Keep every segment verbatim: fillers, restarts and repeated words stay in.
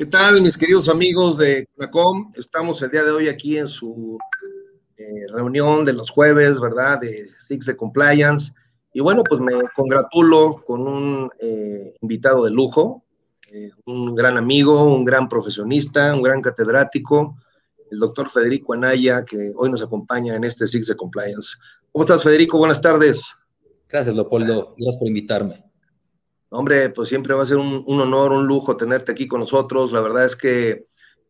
¿Qué tal, mis queridos amigos de CONACOM? Estamos el día de hoy aquí en su eh, reunión de los jueves, ¿verdad? De Six de Compliance. Y bueno, pues me congratulo con un eh, invitado de lujo, eh, un gran amigo, un gran profesionista, un gran catedrático, el doctor Federico Anaya, que hoy nos acompaña en este Six de Compliance. ¿Cómo estás, Federico? Buenas tardes. Gracias, Leopoldo. Gracias por invitarme. Hombre, pues siempre va a ser un, un honor, un lujo tenerte aquí con nosotros. La verdad es que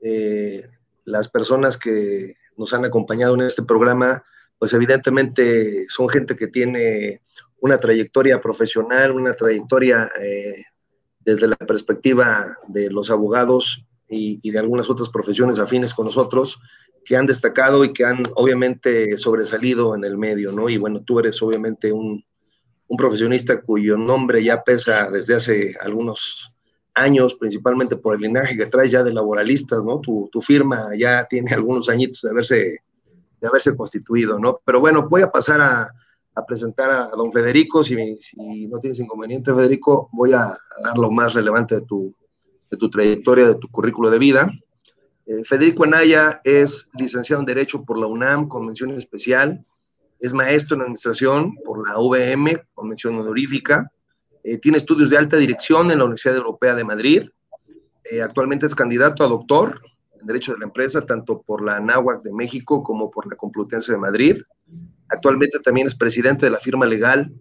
eh, las personas que nos han acompañado en este programa, pues evidentemente son gente que tiene una trayectoria profesional, una trayectoria eh, desde la perspectiva de los abogados y, y de algunas otras profesiones afines con nosotros, que han destacado y que han obviamente sobresalido en el medio, ¿no? Y bueno, tú eres obviamente un un profesionista cuyo nombre ya pesa desde hace algunos años, principalmente por el linaje que traes ya de laboralistas, ¿no? Tu, tu firma ya tiene algunos añitos de haberse, de haberse constituido, ¿no? Pero bueno, voy a pasar a, a presentar a, a don Federico, si, si no tienes inconveniente, Federico, voy a, a dar lo más relevante de tu, de tu trayectoria, de tu currículo de vida. Eh, Federico Anaya es licenciado en Derecho por la UNAM, con mención especial. Es maestro en administración por la U V M, con mención honorífica. Eh, tiene estudios de alta dirección en la Universidad Europea de Madrid. Eh, actualmente es candidato a doctor en Derecho de la Empresa, tanto por la ANAHUAC de México como por la Complutense de Madrid. Actualmente también es presidente de la firma legal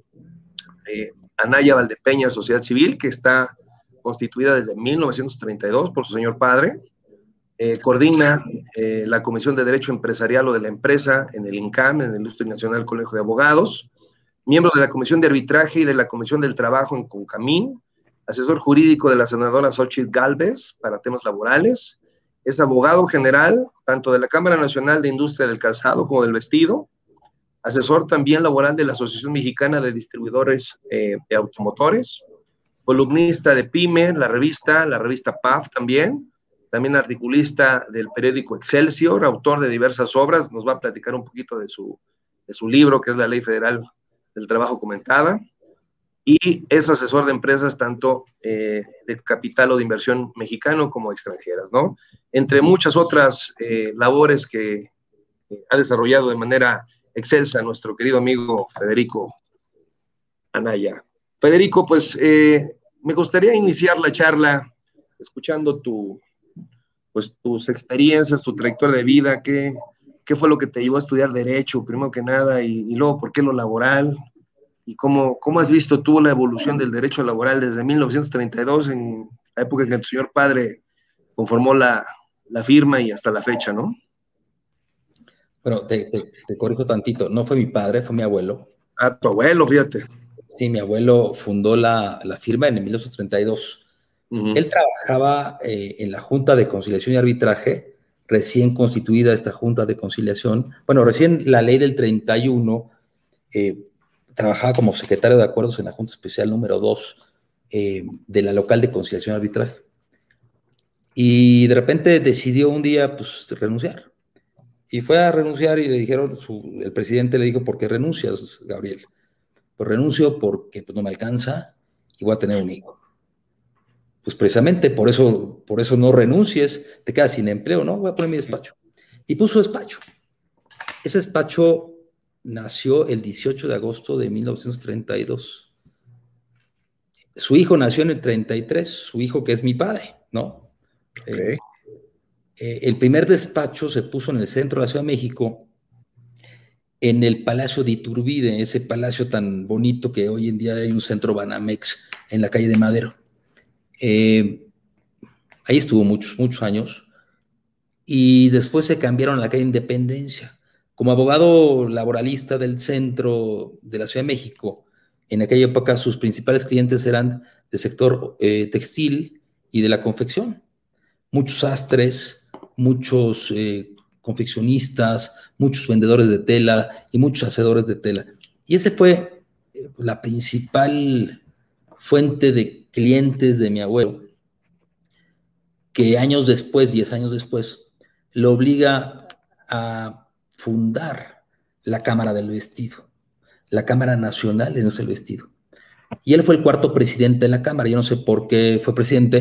eh, Anaya Valdepeña Sociedad Civil, que está constituida desde mil novecientos treinta y dos por su señor padre. Eh, coordina eh, la Comisión de Derecho Empresarial o de la Empresa en el INCAM, en el Instituto Nacional Colegio de Abogados, miembro de la Comisión de Arbitraje y de la Comisión del Trabajo en CONCAMIN, asesor jurídico de la senadora Xóchitl Gálvez para temas laborales, es abogado general tanto de la Cámara Nacional de Industria del Calzado como del Vestido, asesor también laboral de la Asociación Mexicana de Distribuidores eh, de Automotores, columnista de PYME, la revista, la revista P A F también, también articulista del periódico Excelsior, autor de diversas obras, nos va a platicar un poquito de su, de su libro, que es la Ley Federal del Trabajo Comentada, y es asesor de empresas tanto eh, de capital o de inversión mexicano como extranjeras, ¿no? Entre muchas otras eh, labores que eh, ha desarrollado de manera excelsa nuestro querido amigo Federico Anaya. Federico, pues eh, me gustaría iniciar la charla escuchando tu pues tus experiencias, tu trayectoria de vida, qué, qué fue lo que te llevó a estudiar Derecho, primero que nada, y, y luego por qué lo laboral, y cómo, cómo has visto tú la evolución del derecho laboral desde mil novecientos treinta y dos, en la época en que tu señor padre conformó la, la firma y hasta la fecha, ¿no? Bueno, te, te, te corrijo tantito. No fue mi padre, fue mi abuelo. Ah, tu abuelo, fíjate. Sí, mi abuelo fundó la, la firma en mil novecientos treinta y dos. Uh-huh. Él trabajaba eh, en la Junta de Conciliación y Arbitraje, recién constituida esta Junta de Conciliación. Bueno, recién la ley del treinta y uno, eh, trabajaba como secretario de acuerdos en la Junta Especial número dos eh, de la local de Conciliación y Arbitraje. Y de repente decidió un día, pues, renunciar. Y fue a renunciar y le dijeron, su, el presidente le dijo, ¿por qué renuncias, Gabriel? Pues renuncio porque pues, no me alcanza y voy a tener un hijo. Pues precisamente por eso, por eso no renuncies, te quedas sin empleo, ¿no? Voy a poner mi despacho. Y puso despacho. Ese despacho nació el dieciocho de agosto de mil novecientos treinta y dos. Su hijo nació en el treinta y tres, su hijo que es mi padre, ¿no? Okay. Eh, eh, el primer despacho se puso en el centro de la Ciudad de México, en el Palacio de Iturbide, ese palacio tan bonito que hoy en día hay un centro Banamex en la calle de Madero. Eh, ahí estuvo muchos, muchos años. Y después se cambiaron a la calle Independencia. Como abogado laboralista del centro de la Ciudad de México, en aquella época sus principales clientes eran del sector eh, textil y de la confección. Muchos sastres, muchos eh, confeccionistas, muchos vendedores de tela y muchos hacedores de tela. Y esa fue eh, la principal fuente de clientes de mi abuelo, que años después, diez años después, lo obliga a fundar la Cámara del Vestido, la Cámara Nacional de Industria del Vestido. Y él fue el cuarto presidente de la Cámara. Yo no sé por qué fue presidente,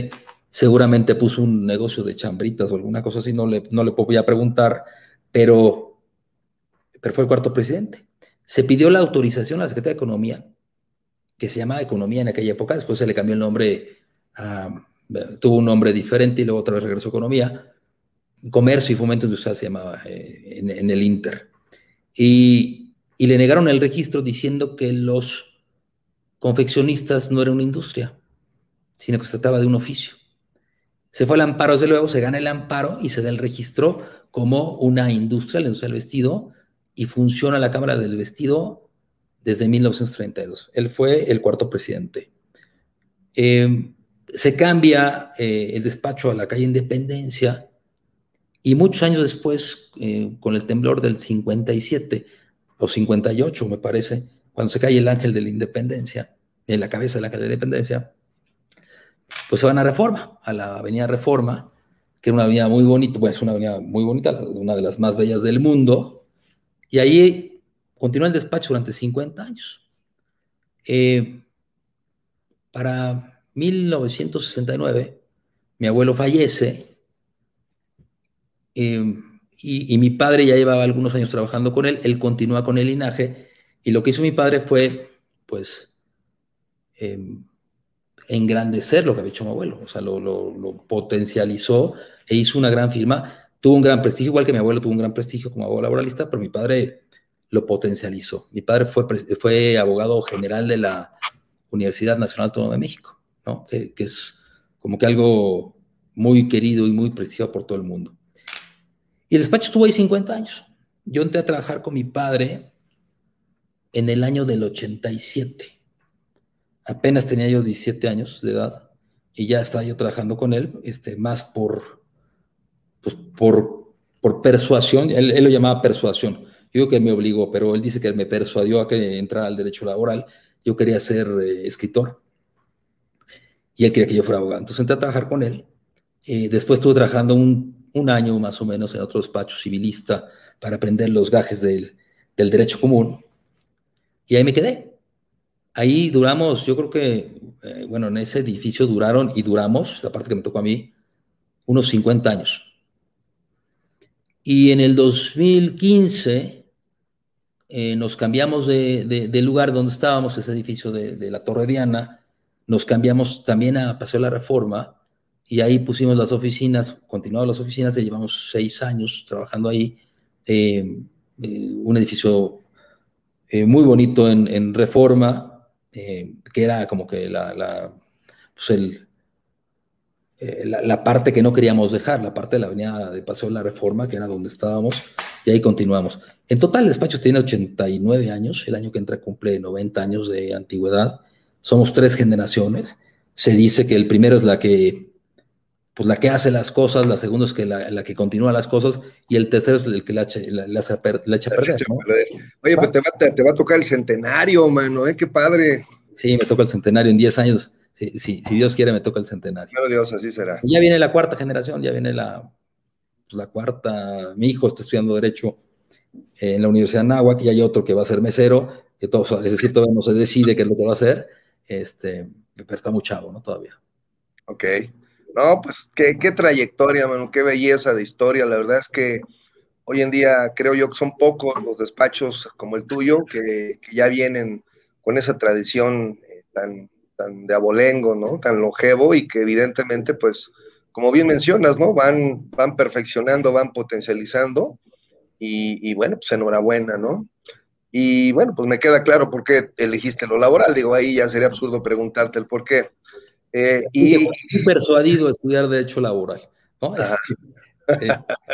seguramente puso un negocio de chambritas o alguna cosa así, no le, no le podía preguntar, pero, pero fue el cuarto presidente. Se pidió la autorización a la Secretaría de Economía, que se llamaba Economía en aquella época, después se le cambió el nombre, a, tuvo un nombre diferente y luego otra vez regresó a Economía. Comercio y Fomento Industrial se llamaba eh, en, en el Inter. Y, y le negaron el registro diciendo que los confeccionistas no eran una industria, sino que se trataba de un oficio. Se fue al amparo, desde luego, se gana el amparo y se da el registro como una industria, la industria del vestido, y funciona la Cámara del Vestido desde mil novecientos treinta y dos. Él fue el cuarto presidente. Eh, se cambia eh, el despacho a la calle Independencia y muchos años después, eh, con el temblor del cincuenta y siete o cincuenta y ocho, me parece, cuando se cae el ángel de la Independencia, en la cabeza del ángel de la Independencia, pues se van a Reforma, a la avenida Reforma, que era una avenida muy bonita, bueno, es una avenida muy bonita, una de las más bellas del mundo, y ahí continuó el despacho durante cincuenta años. Eh, para mil novecientos sesenta y nueve, mi abuelo fallece, eh, y, y mi padre ya llevaba algunos años trabajando con él, él continúa con el linaje, y lo que hizo mi padre fue, pues, eh, engrandecer lo que había hecho mi abuelo, o sea, lo, lo, lo potencializó e hizo una gran firma, tuvo un gran prestigio, igual que mi abuelo tuvo un gran prestigio como abogado laboralista, pero mi padre lo potencializó. Mi padre fue, fue abogado general de la Universidad Nacional Autónoma de México, ¿no? que, que es como que algo muy querido y muy prestigiado por todo el mundo. Y el despacho estuvo ahí cincuenta años. Yo entré a trabajar con mi padre en el año del ochenta y siete. Apenas tenía yo diecisiete años de edad y ya estaba yo trabajando con él, este, más por, pues, por, por persuasión. Él, él lo llamaba persuasión. Yo digo que me obligó, pero él dice que me persuadió a que entrara al derecho laboral. Yo quería ser eh, escritor y él quería que yo fuera abogado. Entonces entré a trabajar con él. Eh, después estuve trabajando un, un año más o menos en otro despacho civilista para aprender los gajes del, del derecho común. Y ahí me quedé. Ahí duramos, yo creo que, eh, bueno, en ese edificio duraron y duramos, la parte que me tocó a mí, unos cincuenta años. Y en el dos mil quince eh, nos cambiamos de, de, de lugar donde estábamos, ese edificio de, de la Torre Diana, nos cambiamos también a Paseo de la Reforma y ahí pusimos las oficinas, continuamos las oficinas y llevamos seis años trabajando ahí, eh, eh, un edificio eh, muy bonito en, en Reforma, eh, que era como que la, la, pues el, eh, la, la parte que no queríamos dejar, la parte de la avenida de Paseo de la Reforma, que era donde estábamos, y ahí continuamos. En total, el despacho tiene ochenta y nueve años, el año que entra cumple noventa años de antigüedad, somos tres generaciones, se dice que el primero es la que, pues la que hace las cosas, la segunda es que la, la que continúa las cosas, y el tercero es el que la, la, la, hace per, la echa a perder, ¿no? perder. Oye, pues te va, te, te va a tocar el centenario, mano, ¿eh? Qué padre. Sí, me toca el centenario en diez años. Si, si, si Dios quiere, me toca el centenario. Claro, Dios, así será. Y ya viene la cuarta generación, ya viene la, pues la cuarta. Mi hijo está estudiando Derecho eh, en la Universidad de Anáhuac y hay otro que va a ser mesero, que todo, es decir, todavía no se decide qué es lo que va a hacer, este, pero está muy chavo, ¿no? Todavía. Ok. No, pues qué, qué trayectoria, mano, qué belleza de historia. La verdad es que hoy en día creo yo que son pocos los despachos como el tuyo que, que ya vienen con esa tradición eh, tan, tan de abolengo, ¿no? Tan longevo y que evidentemente, pues, como bien mencionas, ¿no? Van, van perfeccionando, van potencializando y, y bueno, pues enhorabuena, ¿no? Y bueno, pues me queda claro por qué elegiste lo laboral. Digo, ahí ya sería absurdo preguntarte el por qué. Eh, y fui persuadido a estudiar Derecho Laboral, ¿no? Este, eh,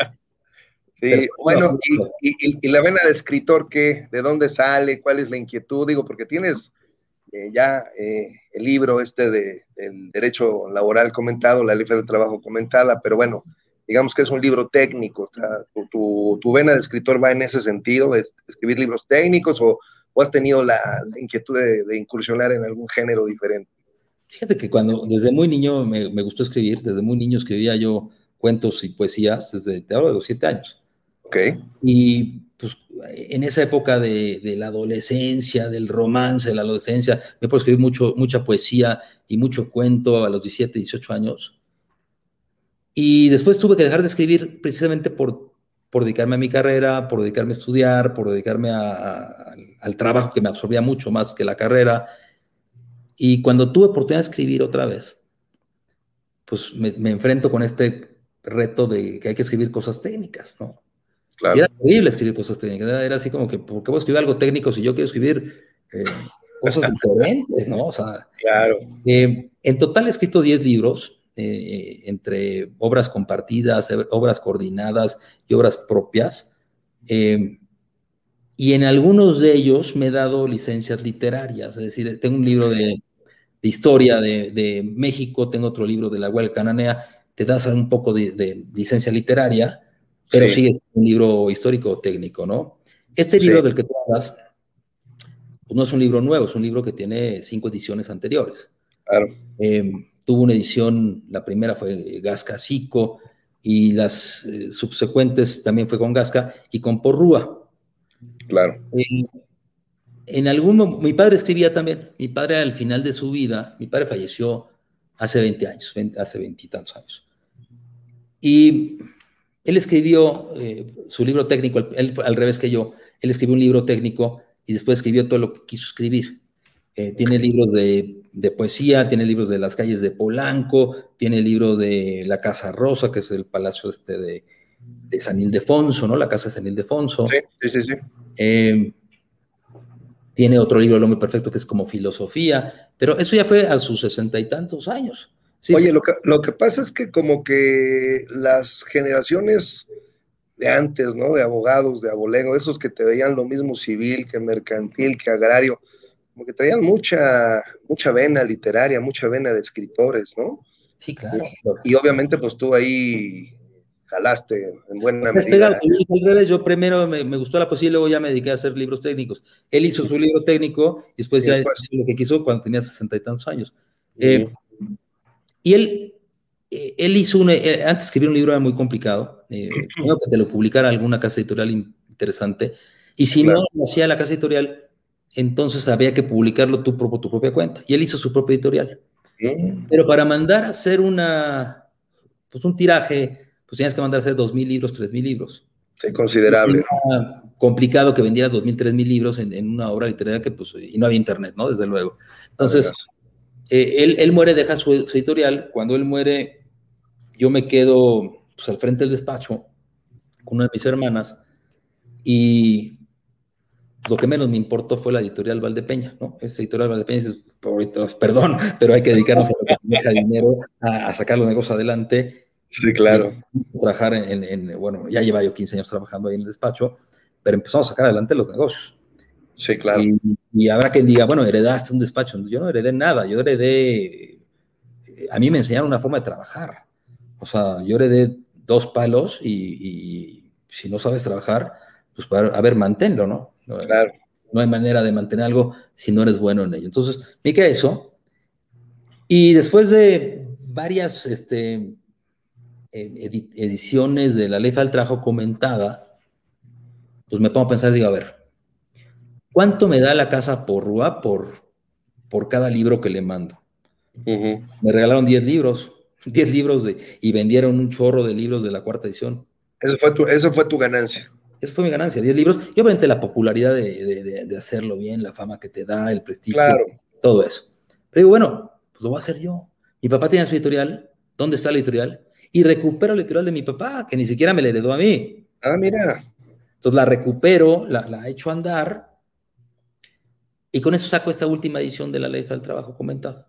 sí, bueno, y, y, y, la vena de escritor, ¿qué? ¿De dónde sale? ¿Cuál es la inquietud? Digo, porque tienes eh, ya eh, el libro este de, del derecho laboral comentado, la ley del trabajo comentada, pero bueno, digamos que es un libro técnico, o sea, tu, tu vena de escritor va en ese sentido, de escribir libros técnicos, o, o has tenido la, la inquietud de, de incursionar en algún género diferente. Fíjate que cuando desde muy niño me, me gustó escribir, desde muy niño escribía yo cuentos y poesías, desde, te hablo de los siete años. Ok. Y pues en esa época de, de la adolescencia, del romance, de la adolescencia, me puedo escribir mucho, mucha poesía y mucho cuento a los diecisiete, dieciocho años. Y después tuve que dejar de escribir precisamente por, por dedicarme a mi carrera, por dedicarme a estudiar, por dedicarme a, a, al trabajo que me absorbía mucho más que la carrera. Y cuando tuve oportunidad de escribir otra vez, pues me, me enfrento con este reto de que hay que escribir cosas técnicas, ¿no? Y Claro. era horrible escribir cosas técnicas, era, era así como que, ¿por qué voy a escribir algo técnico si yo quiero escribir eh, cosas diferentes, ¿no? O sea, Claro. eh, en total he escrito diez libros, eh, entre obras compartidas, obras coordinadas y obras propias, eh, y en algunos de ellos me he dado licencias literarias, es decir, tengo un libro de, de historia de, de México, tengo otro libro de la Huelga Cananea, te das un poco de, de licencia literaria, pero Sí, sigue siendo un libro histórico o técnico, ¿no? Este sí, libro del que tú hablas, pues no es un libro nuevo, es un libro que tiene cinco ediciones anteriores. claro, Eh, tuvo una edición, la primera fue Gasca Cico, y las eh, subsecuentes también fue con Gasca y con Porrúa. claro. Eh, en algún momento, mi padre escribía también, mi padre al final de su vida, mi padre falleció hace veinte años, veinte, hace veintitantos años. Y él escribió eh, su libro técnico, él fue al revés que yo, él escribió un libro técnico y después escribió todo lo que quiso escribir. Eh, tiene libros de, de poesía, tiene libros de las calles de Polanco, tiene libro de La Casa Rosa, que es el palacio este de, de San Ildefonso, ¿no? La casa de San Sí, Ildefonso. sí, sí, sí. Eh, tiene otro libro, El Hombre Perfecto, que es como filosofía, pero eso ya fue a sus sesenta y tantos años. Oye, Sí, lo que, lo que pasa es que como que las generaciones de antes, ¿no? De abogados, de abolengo, esos que te veían lo mismo civil que mercantil, que agrario, como que traían mucha, mucha vena literaria, mucha vena de escritores, ¿no? sí, Y, claro. y obviamente pues tú ahí jalaste en buena Es pegado, medida. yo hice al revés, yo primero me, me, gustó la poesía y luego ya me dediqué a hacer libros técnicos. Él hizo su libro técnico y después Y ya después, hizo lo que quiso cuando tenía sesenta y tantos años. Eh, uh, y él, eh, él hizo un, eh, antes de escribir un libro era muy complicado, eh, primero que te lo publicara alguna casa editorial interesante, y si no claro. lo hacía la casa editorial, entonces había que publicarlo tú por tu propia cuenta. Y él hizo su propia editorial. Uh, Pero para mandar a hacer una, pues un tiraje, pues tenías que mandar a hacer dos mil libros, tres mil libros. sí, considerable. Era complicado que vendieras dos mil, tres mil libros en, en, una obra literaria que, pues, y no había internet, ¿no? Desde luego. A Entonces, veras. eh, él, él muere, deja su, su, editorial. Cuando él muere, yo me quedo, pues, al frente del despacho con una de mis hermanas y lo que menos me importó fue la editorial Valdepeña, ¿no? Esa editorial Valdepeña dice, perdón, pero hay que dedicarnos a lo que deja dinero, a, a sacar los negocios adelante. Sí, Y claro. trabajar en, en, en, bueno, ya lleva yo quince años trabajando ahí en el despacho, pero empezamos a sacar adelante los negocios. Sí, claro. Y, y habrá quien diga, bueno, heredaste un despacho. Yo no heredé nada, yo heredé, a mí me enseñaron una forma de trabajar. O sea, yo heredé dos palos y, y si no sabes trabajar, pues a ver, manténlo, ¿no? Claro. No hay manera de mantener algo si no eres bueno en ello. Entonces, me queda eso. Y después de varias este, ediciones de La Ley Federal del Trabajo comentada, pues me pongo a pensar, digo, a ver, ¿cuánto me da la casa Porrúa por, por cada libro que le mando? Uh-huh. Me regalaron diez libros, diez libros de, y vendieron un chorro de libros de la cuarta edición. Eso fue tu, eso fue tu ganancia. Esa fue mi ganancia, diez libros. Y obviamente la popularidad de, de, de, de hacerlo bien, la fama que te da, el prestigio, Claro. todo eso. Pero digo, bueno, pues lo voy a hacer yo. Mi papá tiene su editorial, ¿dónde está la editorial? Y recupero la editorial de mi papá, que ni siquiera me la heredó a mí. Ah, mira. Entonces la recupero, la, la echo a andar, y con eso saco esta última edición de La Ley del Trabajo comentado.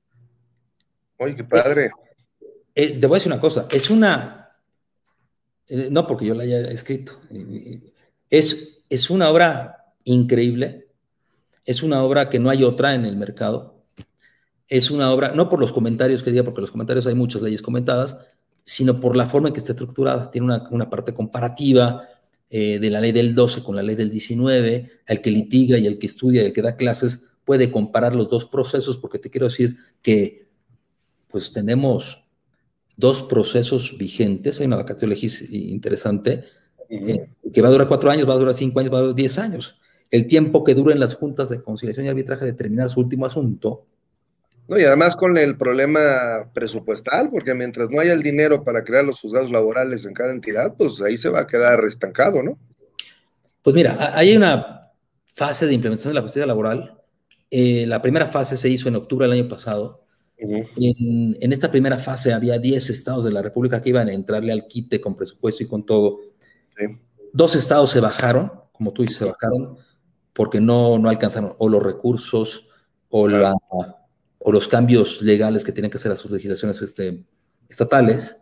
Oye, qué Eh, padre. eh, te voy a decir una cosa, es una, eh, no porque yo la haya escrito, eh, es, es una obra increíble, es una obra que no hay otra en el mercado, es una obra, no por los comentarios que diga, porque los comentarios hay muchas leyes comentadas, sino por la forma en que está estructurada. Tiene una, una parte comparativa eh, de la ley del doce con la ley del diecinueve, el que litiga y el que estudia y el que da clases puede comparar los dos procesos, porque te quiero decir que pues tenemos dos procesos vigentes, hay una vacatio legis interesante, eh, Uh-huh. que va a durar cuatro años, va a durar cinco años, va a durar diez años. El tiempo que duren las juntas de conciliación y arbitraje de terminar su último asunto No, y además con el problema presupuestal, porque mientras no haya el dinero para crear los juzgados laborales en cada entidad, pues ahí se va a quedar estancado, ¿no? Pues mira, hay una fase de implementación de la justicia laboral. Eh, la primera fase se hizo en octubre del año pasado. Uh-huh. En, en esta primera fase había diez estados de la República que iban a entrarle al quite con presupuesto y con todo. Sí. Dos estados se bajaron, como tú dices, se bajaron porque no, no alcanzaron o los recursos o, Claro. la, o los cambios legales que tienen que hacer a sus legislaciones este, estatales.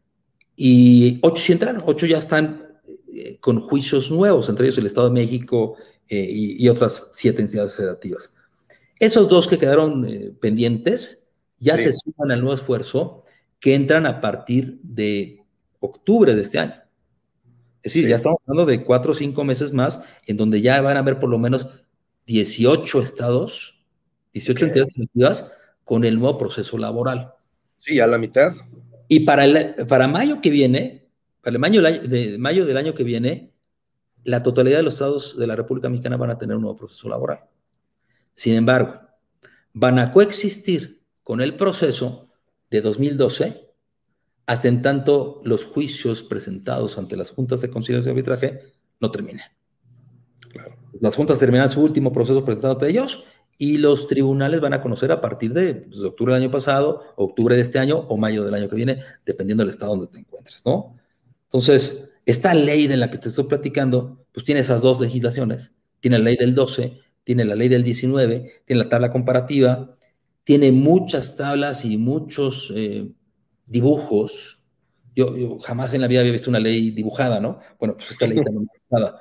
Y ocho sí entraron, ocho ya están eh, con juicios nuevos, entre ellos el Estado de México eh, y, y otras siete entidades federativas. Esos dos que quedaron eh, pendientes ya Sí. se suman al nuevo esfuerzo que entran a partir de octubre de este año. Es decir, Sí. ya estamos hablando de cuatro o cinco meses más, en donde ya van a haber por lo menos dieciocho estados, dieciocho Okay. entidades federativas con el nuevo proceso laboral. Sí, a la mitad. Y para, el, para mayo que viene, para el mayo, de mayo del año que viene, la totalidad de los estados de la República Mexicana van a tener un nuevo proceso laboral. Sin embargo, van a coexistir con el proceso de dos mil doce hasta en tanto los juicios presentados ante las juntas de conciliación y arbitraje no terminen. Claro. Las juntas terminan su último proceso presentado ante ellos y los tribunales van a conocer a partir de, pues, de octubre del año pasado, octubre de este año o mayo del año que viene, dependiendo del estado donde te encuentres, ¿no? Entonces, esta ley de la que te estoy platicando, pues tiene esas dos legislaciones. Tiene la ley del doce, tiene la ley del diecinueve, tiene la tabla comparativa, tiene muchas tablas y muchos eh, dibujos. Yo, yo jamás en la vida había visto una ley dibujada, ¿no? Bueno, pues esta ley también es dibujada.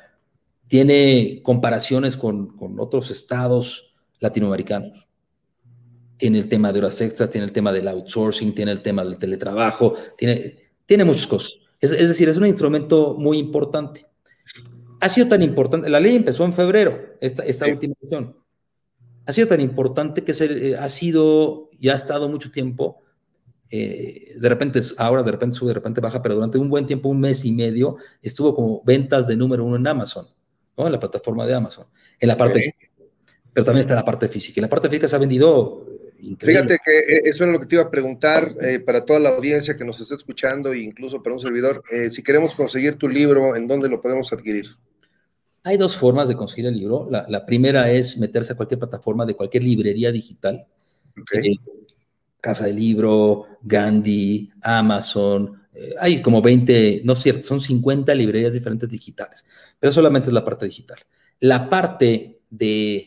Tiene comparaciones con, con otros estados latinoamericanos. Tiene el tema de horas extras, tiene el tema del outsourcing, tiene el tema del teletrabajo, tiene, tiene muchas cosas. Es, es decir, es un instrumento muy importante. Ha sido tan importante, la ley empezó en febrero, esta, esta sí. última sesión. Ha sido tan importante que se, eh, ha sido y ha estado mucho tiempo, eh, de repente, ahora de repente sube, de repente baja, pero durante un buen tiempo, un mes y medio, estuvo como ventas de número uno en Amazon, ¿no? En la plataforma de Amazon, en la parte, okay. Pero también está la parte física. Y la parte física se ha vendido increíble. Fíjate que eso es lo que te iba a preguntar eh, para toda la audiencia que nos está escuchando e incluso para un servidor. Eh, si queremos conseguir tu libro, ¿en dónde lo podemos adquirir? Hay dos formas de conseguir el libro. La, la primera es meterse a cualquier plataforma de cualquier librería digital. Okay. Eh, Casa del Libro, Gandhi, Amazon. Eh, hay como veinte, no es cierto, son cincuenta librerías diferentes digitales. Pero solamente es la parte digital. La parte de...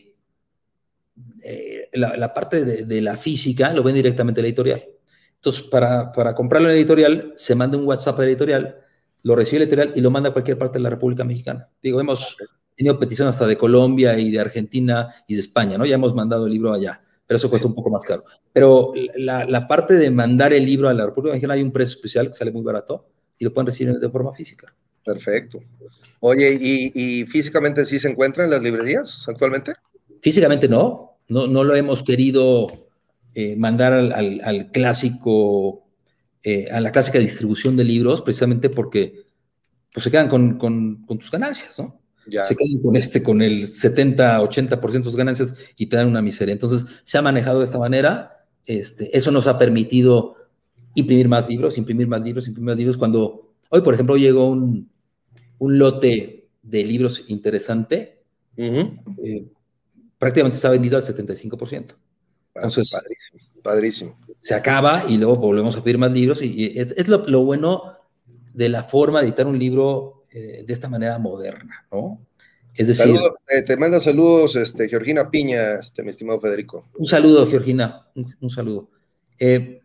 Eh, la, la, parte de, de la física lo ven directamente a la editorial. Entonces, para, para comprarlo en la editorial, se manda un WhatsApp a la editorial, lo recibe la editorial y lo manda a cualquier parte de la República Mexicana. Digo, hemos tenido peticiones hasta de Colombia y de Argentina y de España, ¿no? Ya hemos mandado el libro allá, pero eso cuesta un poco más caro. Pero la, la parte de mandar el libro a la República Mexicana hay un precio especial que sale muy barato y lo pueden recibir de forma física. Perfecto. Oye, ¿y, y físicamente sí se encuentra en las librerías actualmente? Físicamente no. No, no lo hemos querido eh, mandar al, al, al clásico, eh, a la clásica distribución de libros, precisamente porque pues, se quedan con, con, con tus ganancias, ¿no? Ya. Se quedan con, este, con el setenta, ochenta por ciento de tus ganancias y te dan una miseria. Entonces, se ha manejado de esta manera. Este, eso nos ha permitido imprimir más libros, imprimir más libros, imprimir más libros. Cuando hoy, por ejemplo, llegó un, un lote de libros interesante, uh-huh. eh, prácticamente está vendido al setenta y cinco por ciento. Entonces, padrísimo, padrísimo. Se acaba y luego volvemos a pedir más libros. Y, y es, es lo, lo bueno de la forma de editar un libro eh, de esta manera moderna, ¿no? Es decir... Saludos, eh, te manda saludos este, Georgina Piña, este, mi estimado Federico. Un saludo, Georgina, un, un saludo. Eh,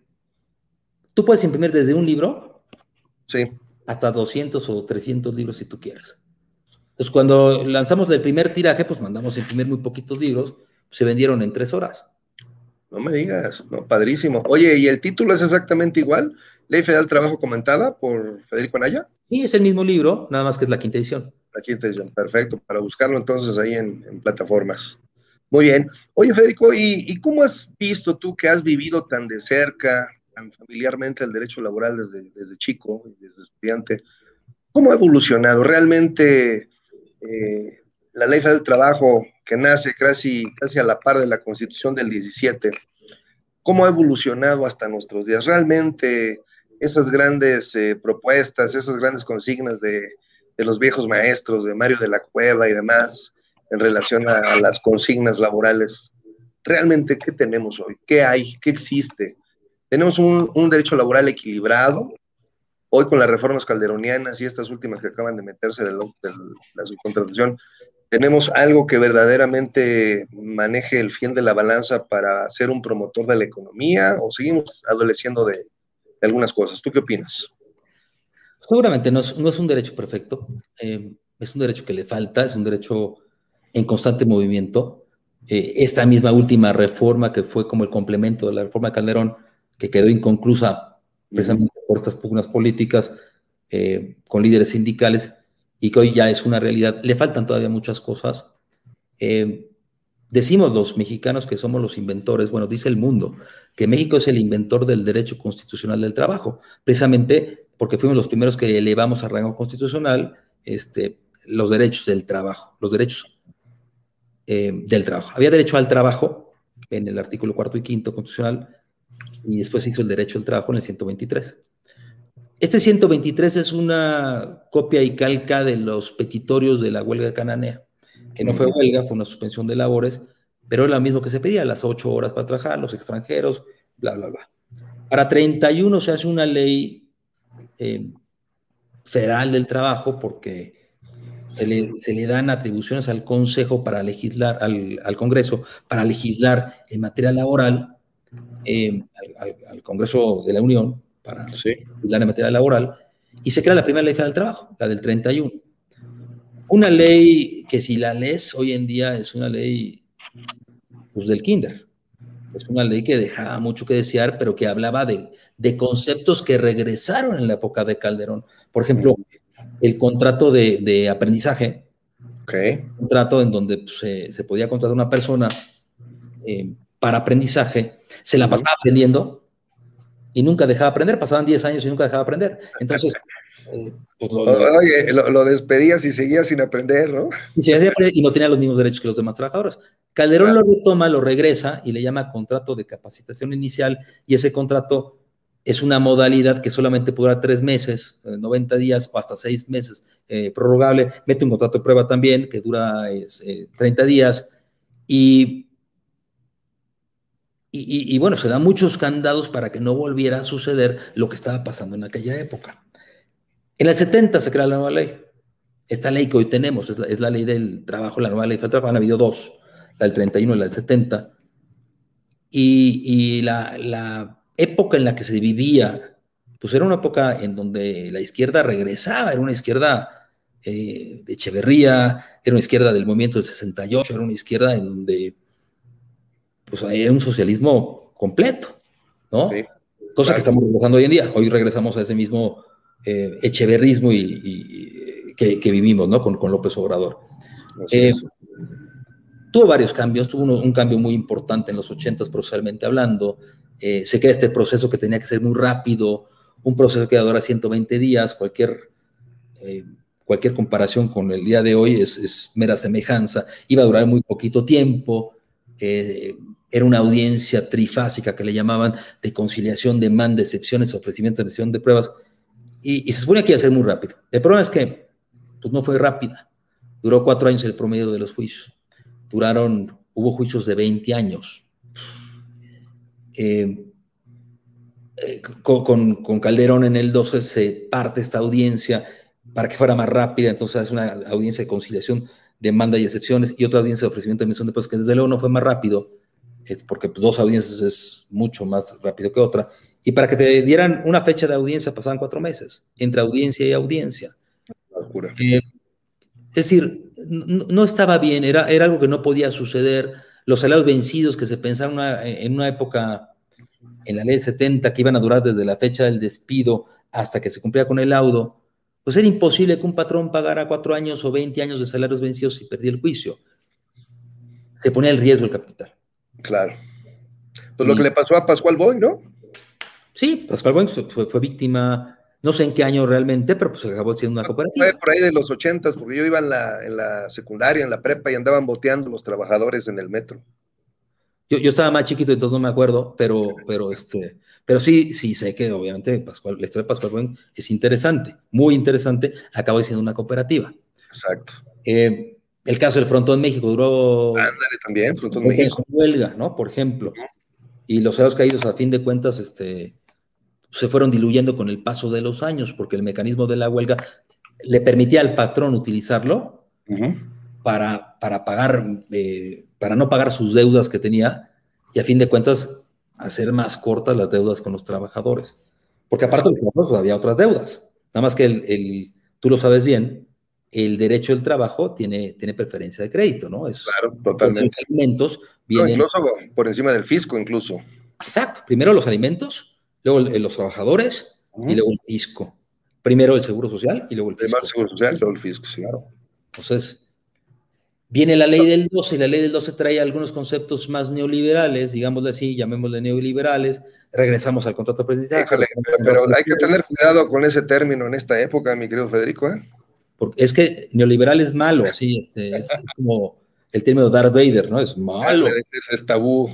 tú puedes imprimir desde un libro sí. hasta doscientos o trescientos libros si tú quieres. Entonces, cuando lanzamos el primer tiraje, pues mandamos a imprimir muy poquitos libros, pues se vendieron en tres horas. No me digas, no, padrísimo. Oye, ¿y el título es exactamente igual? Ley Federal del Trabajo comentada por Federico Anaya. Sí, es el mismo libro, nada más que es la quinta edición. La quinta edición, perfecto, para buscarlo entonces ahí en, en plataformas. Muy bien. Oye, Federico, ¿y, ¿y cómo has visto tú que has vivido tan de cerca, tan familiarmente el derecho laboral desde, desde chico, desde estudiante? ¿Cómo ha evolucionado? Realmente eh, la Ley Federal del Trabajo, que nace casi, casi a la par de la Constitución del diecisiete, cómo ha evolucionado hasta nuestros días. Realmente esas grandes eh, propuestas, esas grandes consignas de, de los viejos maestros, de Mario de la Cueva y demás, en relación a, a las consignas laborales, realmente, ¿qué tenemos hoy? ¿Qué hay? ¿Qué existe? Tenemos un, un derecho laboral equilibrado. Hoy con las reformas calderonianas y estas últimas que acaban de meterse de, lo, de la subcontratación, tenemos algo que verdaderamente maneje el fiel de la balanza para ser un promotor de la economía, o seguimos adoleciendo de, de algunas cosas. ¿Tú qué opinas? Seguramente no es, no es un derecho perfecto, eh, es un derecho que le falta, es un derecho en constante movimiento. Eh, esta misma última reforma que fue como el complemento de la reforma de Calderón, que quedó inconclusa precisamente por estas pugnas políticas eh, con líderes sindicales y que hoy ya es una realidad, le faltan todavía muchas cosas. Eh, decimos los mexicanos que somos los inventores, bueno, dice el mundo, que México es el inventor del derecho constitucional del trabajo, precisamente porque fuimos los primeros que elevamos a rango constitucional este, los derechos del trabajo, los derechos eh, del trabajo. Había derecho al trabajo en el artículo cuarto y quinto constitucional y después se hizo el derecho al trabajo en el ciento veintitrés. Este ciento veintitrés es una copia y calca de los petitorios de la huelga cananea, que no fue huelga, fue una suspensión de labores, pero es lo mismo que se pedía, las ocho horas para trabajar, los extranjeros, bla, bla, bla. Para treinta y uno se hace una ley eh, federal del trabajo porque se le, se le dan atribuciones al Consejo para legislar, al, al Congreso, para legislar en materia laboral, eh, al, al, al Congreso de la Unión, para Sí. legislar en materia laboral, y se crea la primera ley federal del trabajo, la del treinta y uno. Una ley que si la lees hoy en día es una ley pues, del kinder. Es una ley que dejaba mucho que desear, pero que hablaba de, de conceptos que regresaron en la época de Calderón. Por ejemplo, el contrato de, de aprendizaje, Okay. un contrato en donde pues, se, se podía contratar a una persona eh, para aprendizaje, se la pasaba aprendiendo y nunca dejaba aprender, pasaban diez años y nunca dejaba aprender. Entonces, eh, pues lo, lo, Oye, lo, lo despedías y seguías sin aprender, ¿no? y, se hacía aprender y no tenía los mismos derechos que los demás trabajadores. Calderón claro. Lo retoma, lo regresa y le llama contrato de capacitación inicial, y ese contrato es una modalidad que solamente podrá tres meses, noventa días o hasta seis meses, eh, prorrogable. Mete un contrato de prueba también que dura es, eh, treinta días y, y, y bueno, se dan muchos candados para que no volviera a suceder lo que estaba pasando en aquella época. En el setenta se crea la nueva ley. Esta ley que hoy tenemos es la, es la ley del trabajo, la nueva ley del trabajo. Han habido dos, la del treinta y uno y la del setenta. Y, y la, la época en la que se vivía, pues era una época en donde la izquierda regresaba, era una izquierda eh, de Echeverría, era una izquierda del movimiento del sesenta y ocho, era una izquierda en donde pues era un socialismo completo, ¿no? Sí, cosa claro. que estamos regresando hoy en día. Hoy regresamos a ese mismo eh, echeverrismo y, y que, que, vivimos, ¿no? Con, con López Obrador. Eh, tuvo varios cambios, tuvo uno, un cambio muy importante en los ochentas procesalmente hablando. Eh, se crea este proceso que tenía que ser muy rápido, un proceso que dura ciento veinte días, cualquier, eh, cualquier comparación con el día de hoy es, es mera semejanza, iba a durar muy poquito tiempo, eh, era una audiencia trifásica que le llamaban de conciliación, demanda, excepciones, ofrecimiento de excepción de pruebas, y, y se suponía que iba a ser muy rápido. El problema es que pues, no fue rápida, duró cuatro años el promedio de los juicios, duraron, hubo juicios de veinte años. Eh, eh, con, con, con Calderón en el doce se parte esta audiencia para que fuera más rápida, entonces es una audiencia de conciliación, demanda y excepciones, y otra audiencia de ofrecimiento de emisión de pruebas, que desde luego no fue más rápido, es porque pues, dos audiencias es mucho más rápido que otra, y para que te dieran una fecha de audiencia pasaban cuatro meses, entre audiencia y audiencia. Locura. Eh, es decir, no, no estaba bien, era, era algo que no podía suceder. Los salarios vencidos que se pensaron una, en una época, en la ley del setenta, que iban a durar desde la fecha del despido hasta que se cumplía con el laudo, pues era imposible que un patrón pagara cuatro años o veinte años de salarios vencidos y perdía el juicio. Se ponía en riesgo el capital. Claro. Pues y, lo que le pasó a Pascual Boy, ¿no? Sí, Pascual Boy fue, fue víctima, no sé en qué año realmente, pero pues acabó siendo una cooperativa. Fue por ahí de los ochentas, porque yo iba en la, en la secundaria, en la prepa, y andaban boteando los trabajadores en el metro. Yo, yo estaba más chiquito, entonces no me acuerdo, pero, pero, este, pero sí, sí sé que obviamente Pascual, la historia de Pascual Buen es interesante, muy interesante. Acabó siendo una cooperativa. Exacto. Eh, el caso del Frontón México duró Ándale también, Frontón veinte años México. en huelga, ¿no? Por ejemplo. Y los cerros caídos, a fin de cuentas, este, se fueron diluyendo con el paso de los años, porque el mecanismo de la huelga le permitía al patrón utilizarlo Uh-huh. para, para pagar, eh, para no pagar sus deudas que tenía, y a fin de cuentas hacer más cortas las deudas con los trabajadores. Porque aparte de los trabajadores pues, había otras deudas. Nada más que el, el, tú lo sabes bien, el derecho del trabajo tiene, tiene preferencia de crédito, ¿no? Es, Claro, los totalmente. alimentos No, vienen... incluso por encima del fisco, incluso. Exacto. Primero los alimentos, luego el, los trabajadores y Uh-huh. luego el fisco. Primero el seguro social y luego el Primero el fisco. Seguro Social, luego el fisco, sí. Claro. Entonces, viene la ley del doce y la ley del doce trae algunos conceptos más neoliberales, digámosle así, llamémosle neoliberales. Regresamos al contrato presidencial. Híjole, pero hay que tener cuidado con ese término en esta época, mi querido Federico, ¿eh? Porque es que neoliberal es malo, así, este, es como el término Darth Vader, ¿no? Es malo. Ese es tabú.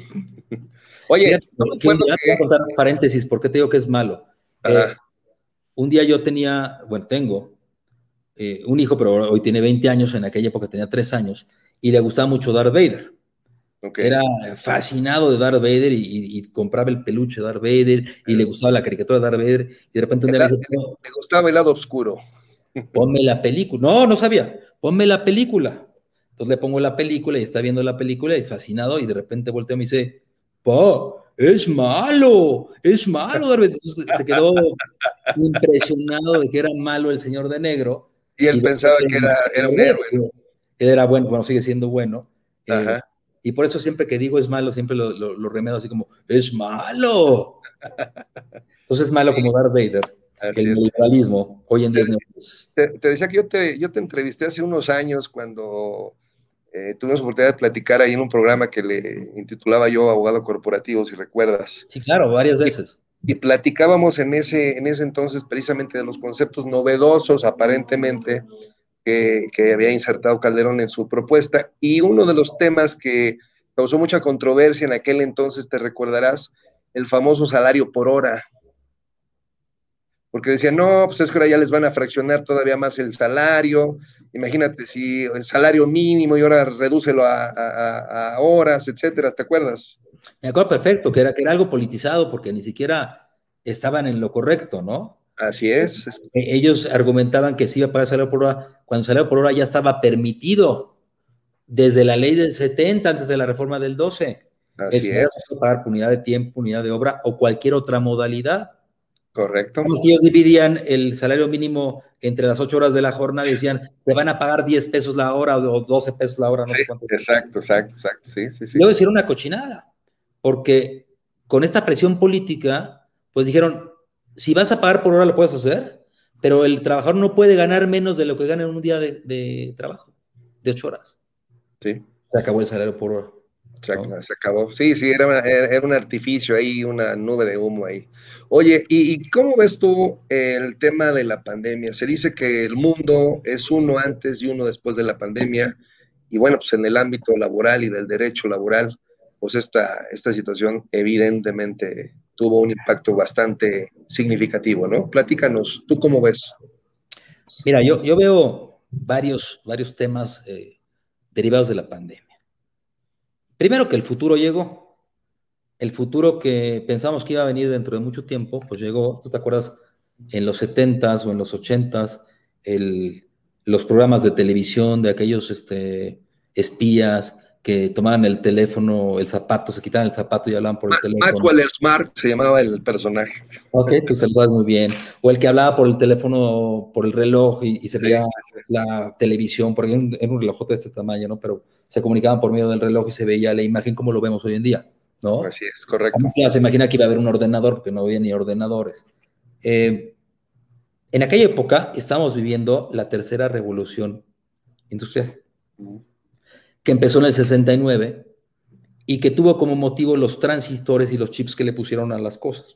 Oye, Fíjate yo me que un acuerdo día, te voy a que... contar paréntesis, ¿por qué te digo que es malo? Eh, Ajá, un día yo tenía, bueno, tengo eh, un hijo, pero hoy tiene veinte años, en aquella época tenía tres años, y le gustaba mucho Darth Vader. ok. Era fascinado de Darth Vader y, y, y compraba el peluche de Darth Vader y le gustaba la caricatura de Darth Vader, y de repente un El, día me la- dice, le gustaba el lado oscuro. ponme la película. No, no sabía, ponme la película. Entonces le pongo la película y está viendo la película y fascinado y de repente voltea y me dice, pa, es malo, es malo Darth Vader. Entonces se quedó impresionado de que era malo el señor de negro Y y él de pensaba que que era era, malo era un Darth héroe, ¿no? Vader. Él era bueno, bueno, sigue siendo bueno. Eh, Ajá. y por eso siempre que digo es malo, siempre lo, lo, lo remedo así como, es malo. Entonces es malo como Darth Vader. Así El es. neoliberalismo hoy en Te día decía, es... te, te decía que yo te, yo te entrevisté hace unos años cuando eh, tuvimos oportunidad de platicar ahí en un programa que le intitulaba yo Abogado Corporativo, si recuerdas. Sí, claro, varias Y, veces. y platicábamos en ese, en ese entonces precisamente de los conceptos novedosos, aparentemente, que, que había insertado Calderón en su propuesta. Y uno de los temas que causó mucha controversia en aquel entonces, te recordarás, el famoso salario por hora. Porque decían, no, pues es que ahora ya les van a fraccionar todavía más el salario. Imagínate si el salario mínimo y ahora redúcelo a, a, a horas, etcétera, ¿te acuerdas? Me acuerdo perfecto que era, que era algo politizado porque ni siquiera estaban en lo correcto, ¿no? Así es, es E- Ellos argumentaban que se iba a pagar salario por hora, cuando salario por hora ya estaba permitido desde la ley del setenta, antes de la reforma del doce. El así salario es, se puede pagar por unidad de tiempo, unidad de obra o cualquier otra modalidad. correcto. Como si ellos dividían el salario mínimo entre las ocho horas de la jornada y decían, te van a pagar diez pesos la hora o doce pesos la hora, no Sí, sé cuánto. exacto, exacto, exacto, sí, sí, sí. Luego hicieron una cochinada, porque con esta presión política, pues dijeron, si vas a pagar por hora lo puedes hacer, pero el trabajador no puede ganar menos de lo que gana en un día de, de trabajo, de ocho horas. Sí, Se acabó el salario por hora, ¿no? se, se acabó. Sí, sí, era, una, era, era, un artificio ahí, una nube de humo ahí. Oye, ¿y, ¿y cómo ves tú el tema de la pandemia? Se dice que el mundo es uno antes y uno después de la pandemia, y bueno, pues en el ámbito laboral y del derecho laboral, pues esta, esta situación evidentemente tuvo un impacto bastante significativo, ¿no? Platícanos, ¿tú cómo ves? Mira, yo, yo veo varios, varios temas eh, derivados de la pandemia. Primero que el futuro llegó. El futuro que pensamos que iba a venir dentro de mucho tiempo, pues llegó. ¿Tú te acuerdas en los setentas o en los ochentas, el, los programas de televisión de aquellos este, espías que tomaban el teléfono, el zapato, se quitaban el zapato y hablaban por el teléfono? Maxwell Smart se llamaba el personaje. Ok, tú se lo sabes muy bien. O el que hablaba por el teléfono, por el reloj y, y se Sí, veía sí, sí. la televisión, porque era un, era un reloj de este tamaño, ¿no? Pero se comunicaban por medio del reloj y se veía la imagen como lo vemos hoy en día, ¿no? Así es, correcto. Además, ya se imagina que iba a haber un ordenador, porque no había ni ordenadores. Eh, en aquella época estábamos viviendo la tercera revolución industrial, que empezó en el sesenta y nueve y que tuvo como motivo los transistores y los chips que le pusieron a las cosas.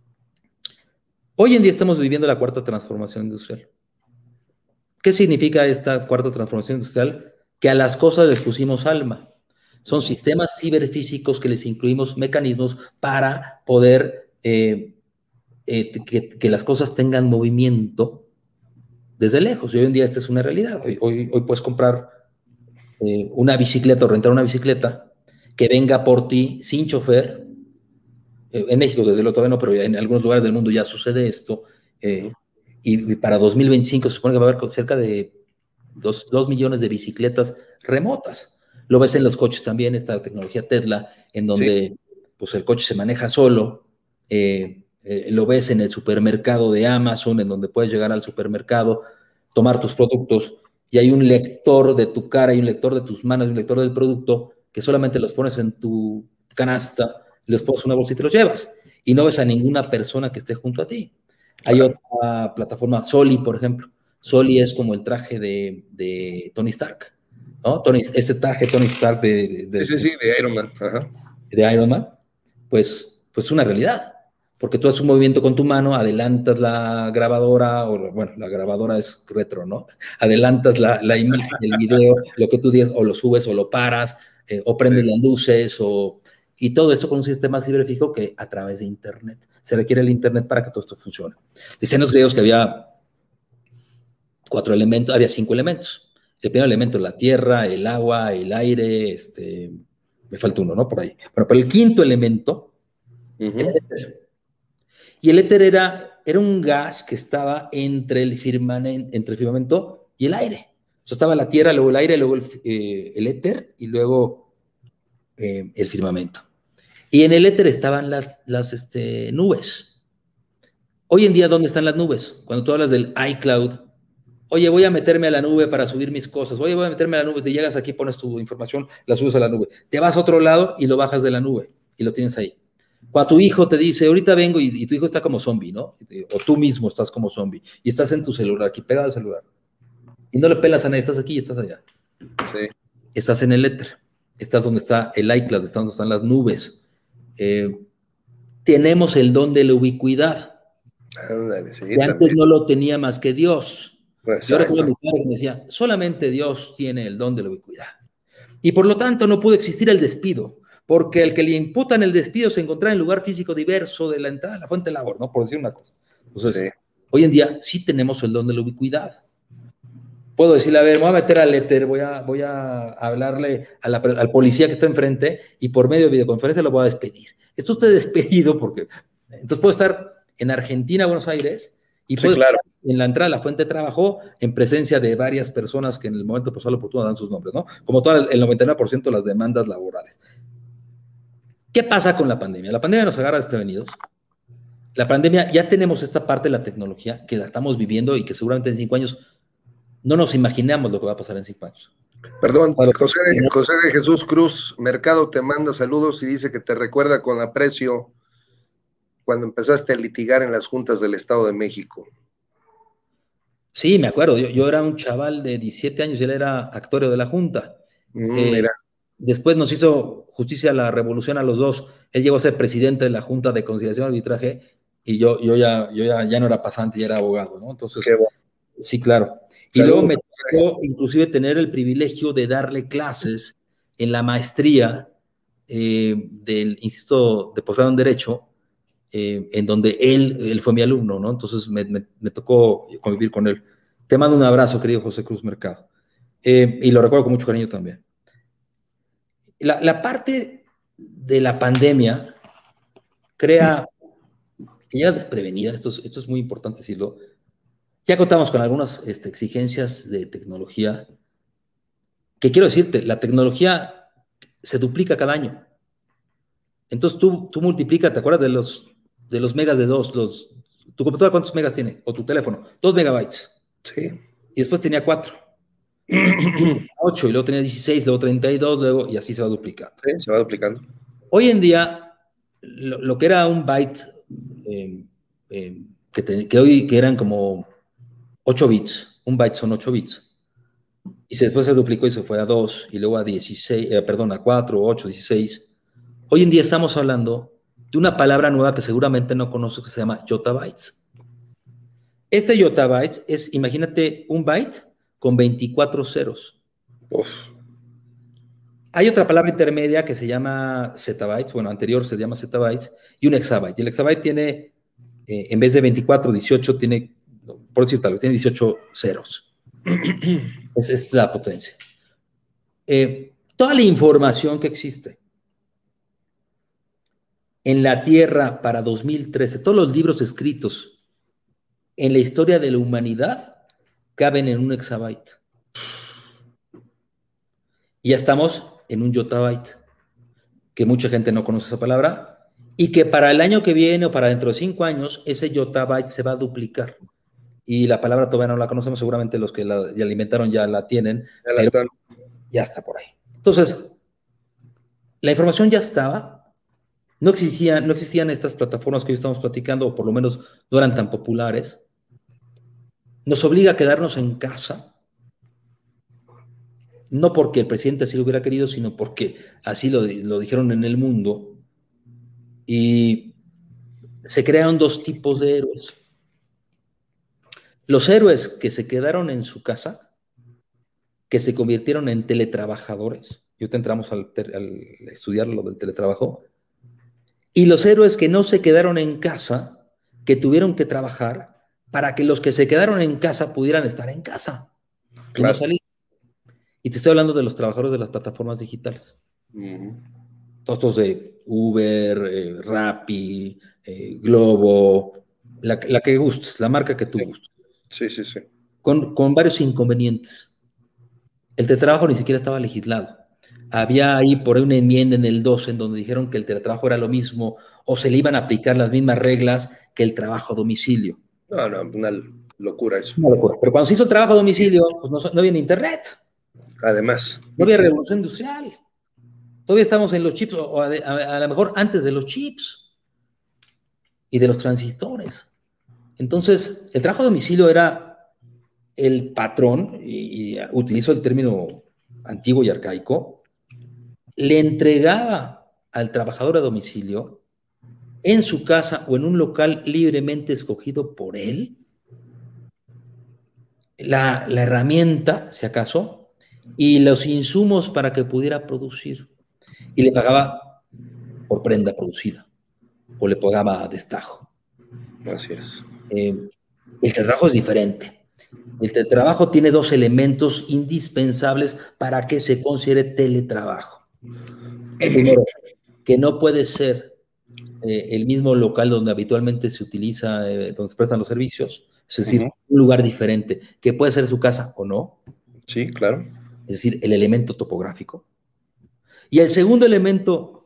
Hoy en día estamos viviendo la cuarta transformación industrial. ¿Qué significa esta cuarta transformación industrial? Que a las cosas les pusimos alma. Son sistemas ciberfísicos que les incluimos mecanismos para poder eh, eh, que, que las cosas tengan movimiento desde lejos. Y hoy en día esta es una realidad. Hoy, hoy, hoy puedes comprar eh, una bicicleta o rentar una bicicleta que venga por ti sin chofer. Eh, en México, desde luego, todavía no, pero en algunos lugares del mundo ya sucede esto. Eh, y, y para dos mil veinticinco se supone que va a haber cerca de dos millones de bicicletas remotas. Lo ves en los coches también, esta tecnología Tesla, en donde sí. pues el coche se maneja solo. Eh, eh, lo ves en el supermercado de Amazon, en donde puedes llegar al supermercado, tomar tus productos, y hay un lector de tu cara, y un lector de tus manos, y un lector del producto, que solamente los pones en tu canasta, les pones una bolsa y te los llevas. Y no ves a ninguna persona que esté junto a ti. Hay otra plataforma, Soli, por ejemplo. Soli es como el traje de, de Tony Stark, ¿no? Tony, ese traje Tony Stark de, de, sí, sí, sí, de Iron Man. Ajá. De Iron Man, pues, pues es una realidad, porque tú haces un movimiento con tu mano, adelantas la grabadora, o bueno, la grabadora es retro, ¿no? Adelantas la, la imagen, el video, lo que tú digas, o lo subes o lo paras, eh, o prendes sí. las luces, o... Y todo eso con un sistema ciberfijo que a través de Internet. Se requiere el Internet para que todo esto funcione. Dicen los griegos que había cuatro elementos, había cinco elementos. El primer elemento, la tierra, el agua, el aire, este, me falta uno, ¿no? Por ahí. Bueno, pero el quinto elemento uh-huh. era el éter. Y el éter era, era un gas que estaba entre el, firmamento, entre el firmamento y el aire. O sea, estaba la tierra, luego el aire, luego el, eh, el éter y luego eh, el firmamento. Y en el éter estaban las, las este, nubes. Hoy en día, ¿dónde están las nubes? Cuando tú hablas del iCloud, oye, voy a meterme a la nube para subir mis cosas. Oye, voy a meterme a la nube. Te llegas aquí, pones tu información, la subes a la nube. Te vas a otro lado y lo bajas de la nube y lo tienes ahí. Cuando tu hijo te dice, ahorita vengo y, y tu hijo está como zombie, ¿no? O tú mismo estás como zombie y estás en tu celular, aquí pegado al celular. Y no le pelas a nadie, estás aquí y estás allá. Sí. Estás en el éter. Estás donde está el iCloud, estás donde están las nubes. Eh, tenemos el don de la ubicuidad. Ándale, sí, que antes no lo tenía más que Dios. Pues, yo recuerdo a mi padre que me decía, solamente Dios tiene el don de la ubicuidad. Y por lo tanto no pudo existir el despido, porque el que le imputan el despido se encontraba en lugar físico diverso de la entrada a la fuente de labor, ¿no? Por decir una cosa. Entonces, sí. hoy en día sí tenemos el don de la ubicuidad. Puedo decirle, a ver, me voy a meter al éter, voy a, voy a hablarle a la, al policía que está enfrente y por medio de videoconferencia lo voy a despedir. Esto usted despedido porque... Entonces puedo estar en Argentina, Buenos Aires, y sí, puedo claro. estar en la entrada a la fuente de trabajo en presencia de varias personas que en el momento pues, oportuno dan sus nombres, ¿no? Como todo el noventa y nueve por ciento de las demandas laborales. ¿Qué pasa con la pandemia? La pandemia nos agarra desprevenidos. La pandemia, ya tenemos esta parte de la tecnología que la estamos viviendo y que seguramente en cinco años no nos imaginamos lo que va a pasar en cinco años. Perdón, José de, José de Jesús Cruz Mercado te manda saludos y dice que te recuerda con aprecio cuando empezaste a litigar en las juntas del Estado de México. Sí, me acuerdo. Yo, yo era un chaval de diecisiete años y él era actuario de la Junta. Mm, eh, mira. Después nos hizo justicia la revolución a los dos. Él llegó a ser presidente de la Junta de Conciliación y Arbitraje y yo, yo, ya, yo ya, ya no era pasante, ya era abogado, ¿no? Entonces, Qué bueno. Sí, claro. Y Saludos. Luego me tocó inclusive tener el privilegio de darle clases en la maestría eh, del Instituto de Posgrado en Derecho, eh, en donde él, él fue mi alumno, ¿no? Entonces me, me, me tocó convivir con él. Te mando un abrazo, querido José Cruz Mercado. Eh, y lo recuerdo con mucho cariño también. La, la parte de la pandemia crea, que ya desprevenida, esto es, esto es muy importante decirlo, ya contamos con algunas este, exigencias de tecnología, que quiero decirte, la tecnología se duplica cada año. Entonces tú, tú multiplicas, ¿te acuerdas de los, de los megas de dos? Los, ¿Tu computadora cuántos megas tiene? O tu teléfono, dos megabytes. Sí. Y después tenía cuatro. ocho, y luego tenía dieciséis, luego treinta y dos, luego, y así se va duplicando. Sí, se va duplicando. Hoy en día, lo, lo que era un byte, eh, eh, que, te, que hoy que eran como ocho bits, un byte son ocho bits. Y se, después se duplicó y se fue a dos, y luego a dieciséis, eh, perdón, a cuatro, ocho, dieciséis. Hoy en día estamos hablando de una palabra nueva que seguramente no conoces que se llama yottabytes. Este yottabytes es, imagínate, un byte con veinticuatro ceros. Uf. Hay otra palabra intermedia que se llama zettabytes, bueno, anterior se llama zettabytes, y un exabyte. Y el exabyte tiene, eh, en vez de veinticuatro, dieciocho, tiene, por decir tal, tiene dieciocho ceros. Esa es la potencia. Eh, toda la información que existe en la Tierra para dos mil trece, todos los libros escritos en la historia de la humanidad caben en un exabyte. Y ya estamos en un yottabyte, que mucha gente no conoce esa palabra, y que para el año que viene o para dentro de cinco años, ese yottabyte se va a duplicar. Y la palabra todavía no la conocemos, seguramente los que la, ya la inventaron ya la tienen, Ya la están. Ya está por ahí. Entonces, la información ya estaba, no existían, no existían estas plataformas que hoy estamos platicando, o por lo menos no eran tan populares. Nos obliga a quedarnos en casa, no porque el presidente así lo hubiera querido, sino porque así lo, lo dijeron en el mundo. Y se crearon dos tipos de héroes. Los héroes que se quedaron en su casa, que se convirtieron en teletrabajadores. Y ahorita entramos al, al estudiar lo del teletrabajo. Y los héroes que no se quedaron en casa, que tuvieron que trabajar para que los que se quedaron en casa pudieran estar en casa. Claro. Y no salir. Y te estoy hablando de los trabajadores de las plataformas digitales. Uh-huh. Todos estos de Uber, eh, Rappi, eh, Globo, la, la que gustes, la marca que tú sí. gustes. Sí, sí, sí. Con, con varios inconvenientes. El teletrabajo ni siquiera estaba legislado. Había ahí por ahí una enmienda en el doce en donde dijeron que el teletrabajo era lo mismo o se le iban a aplicar las mismas reglas que el trabajo a domicilio. No, no, una locura eso. Una locura. Pero cuando se hizo el trabajo a domicilio, pues no, no había internet. Además. No había revolución industrial. Todavía estamos en los chips, o a, a, a lo mejor antes de los chips y de los transistores. Entonces, el trabajo a domicilio era el patrón, y, y utilizo el término antiguo y arcaico, le entregaba al trabajador a domicilio en su casa o en un local libremente escogido por él la, la herramienta, si acaso, y los insumos para que pudiera producir. Y le pagaba por prenda producida o le pagaba a destajo. Así es. Eh, el trabajo es diferente. El teletrabajo tiene dos elementos indispensables para que se considere teletrabajo. El primero, que no puede ser eh, el mismo local donde habitualmente se utiliza, eh, donde se prestan los servicios, es decir, uh-huh. un lugar diferente, que puede ser su casa o no. Sí, claro. Es decir, el elemento topográfico. Y el segundo elemento,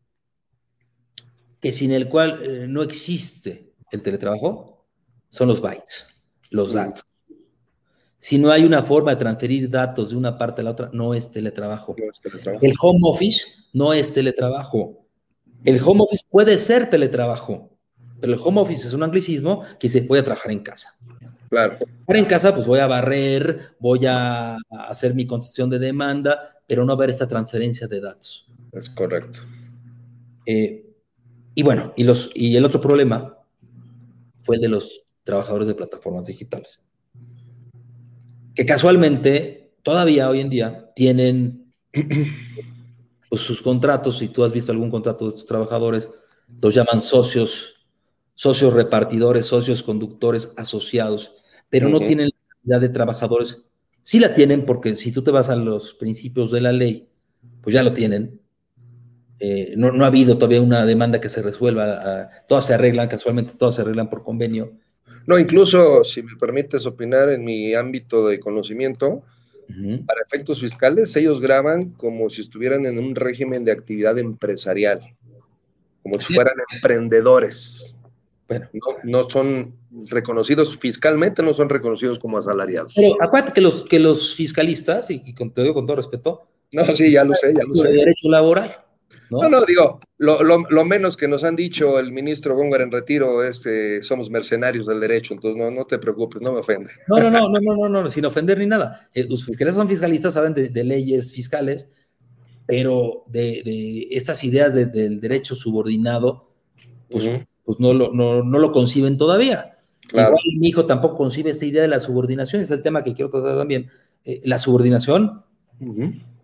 que sin el cual eh, no existe el teletrabajo, son los bytes, los uh-huh. datos. Si no hay una forma de transferir datos de una parte a la otra, no es teletrabajo. No es teletrabajo. El home office no es teletrabajo. El home office puede ser teletrabajo, pero el home office es un anglicismo que se puede trabajar en casa. Claro. Trabajar en casa, pues voy a barrer, voy a hacer mi concesión de demanda, pero no haber esta transferencia de datos. Es correcto. Eh, y bueno, y, los, y el otro problema fue el de los trabajadores de plataformas digitales, que casualmente todavía hoy en día tienen pues, sus contratos. Si tú has visto algún contrato de estos trabajadores, los llaman socios, socios repartidores, socios conductores asociados, pero uh-huh. no tienen la cantidad de trabajadores. Sí la tienen, porque si tú te vas a los principios de la ley, pues ya lo tienen. Eh, no, no ha habido todavía una demanda que se resuelva. Uh, todas se arreglan, casualmente todas se arreglan por convenio. No, incluso, si me permites opinar en mi ámbito de conocimiento, uh-huh. para efectos fiscales, ellos graban como si estuvieran en un régimen de actividad empresarial, como si fueran emprendedores. Bueno. No, no son reconocidos fiscalmente, no son reconocidos como asalariados. Pero acuérdate que los, que los fiscalistas, y, y con, te digo con todo respeto, no, sí, ya lo sé, ya lo sé. De derecho laboral. ¿No? No, no, digo, lo, lo, lo menos que nos han dicho el ministro Góngora en retiro es que somos mercenarios del derecho, entonces no, no te preocupes, no me ofende. No, no, no, no, no, no, no sin ofender ni nada. Eh, los fiscalistas son fiscalistas, saben de, de leyes fiscales, pero de, de estas ideas de, del derecho subordinado, pues, uh-huh. pues no, lo, no, no lo conciben todavía. Claro. Igual mi hijo tampoco concibe esta idea de la subordinación, es el tema que quiero tratar también. Eh, la subordinación, uh-huh.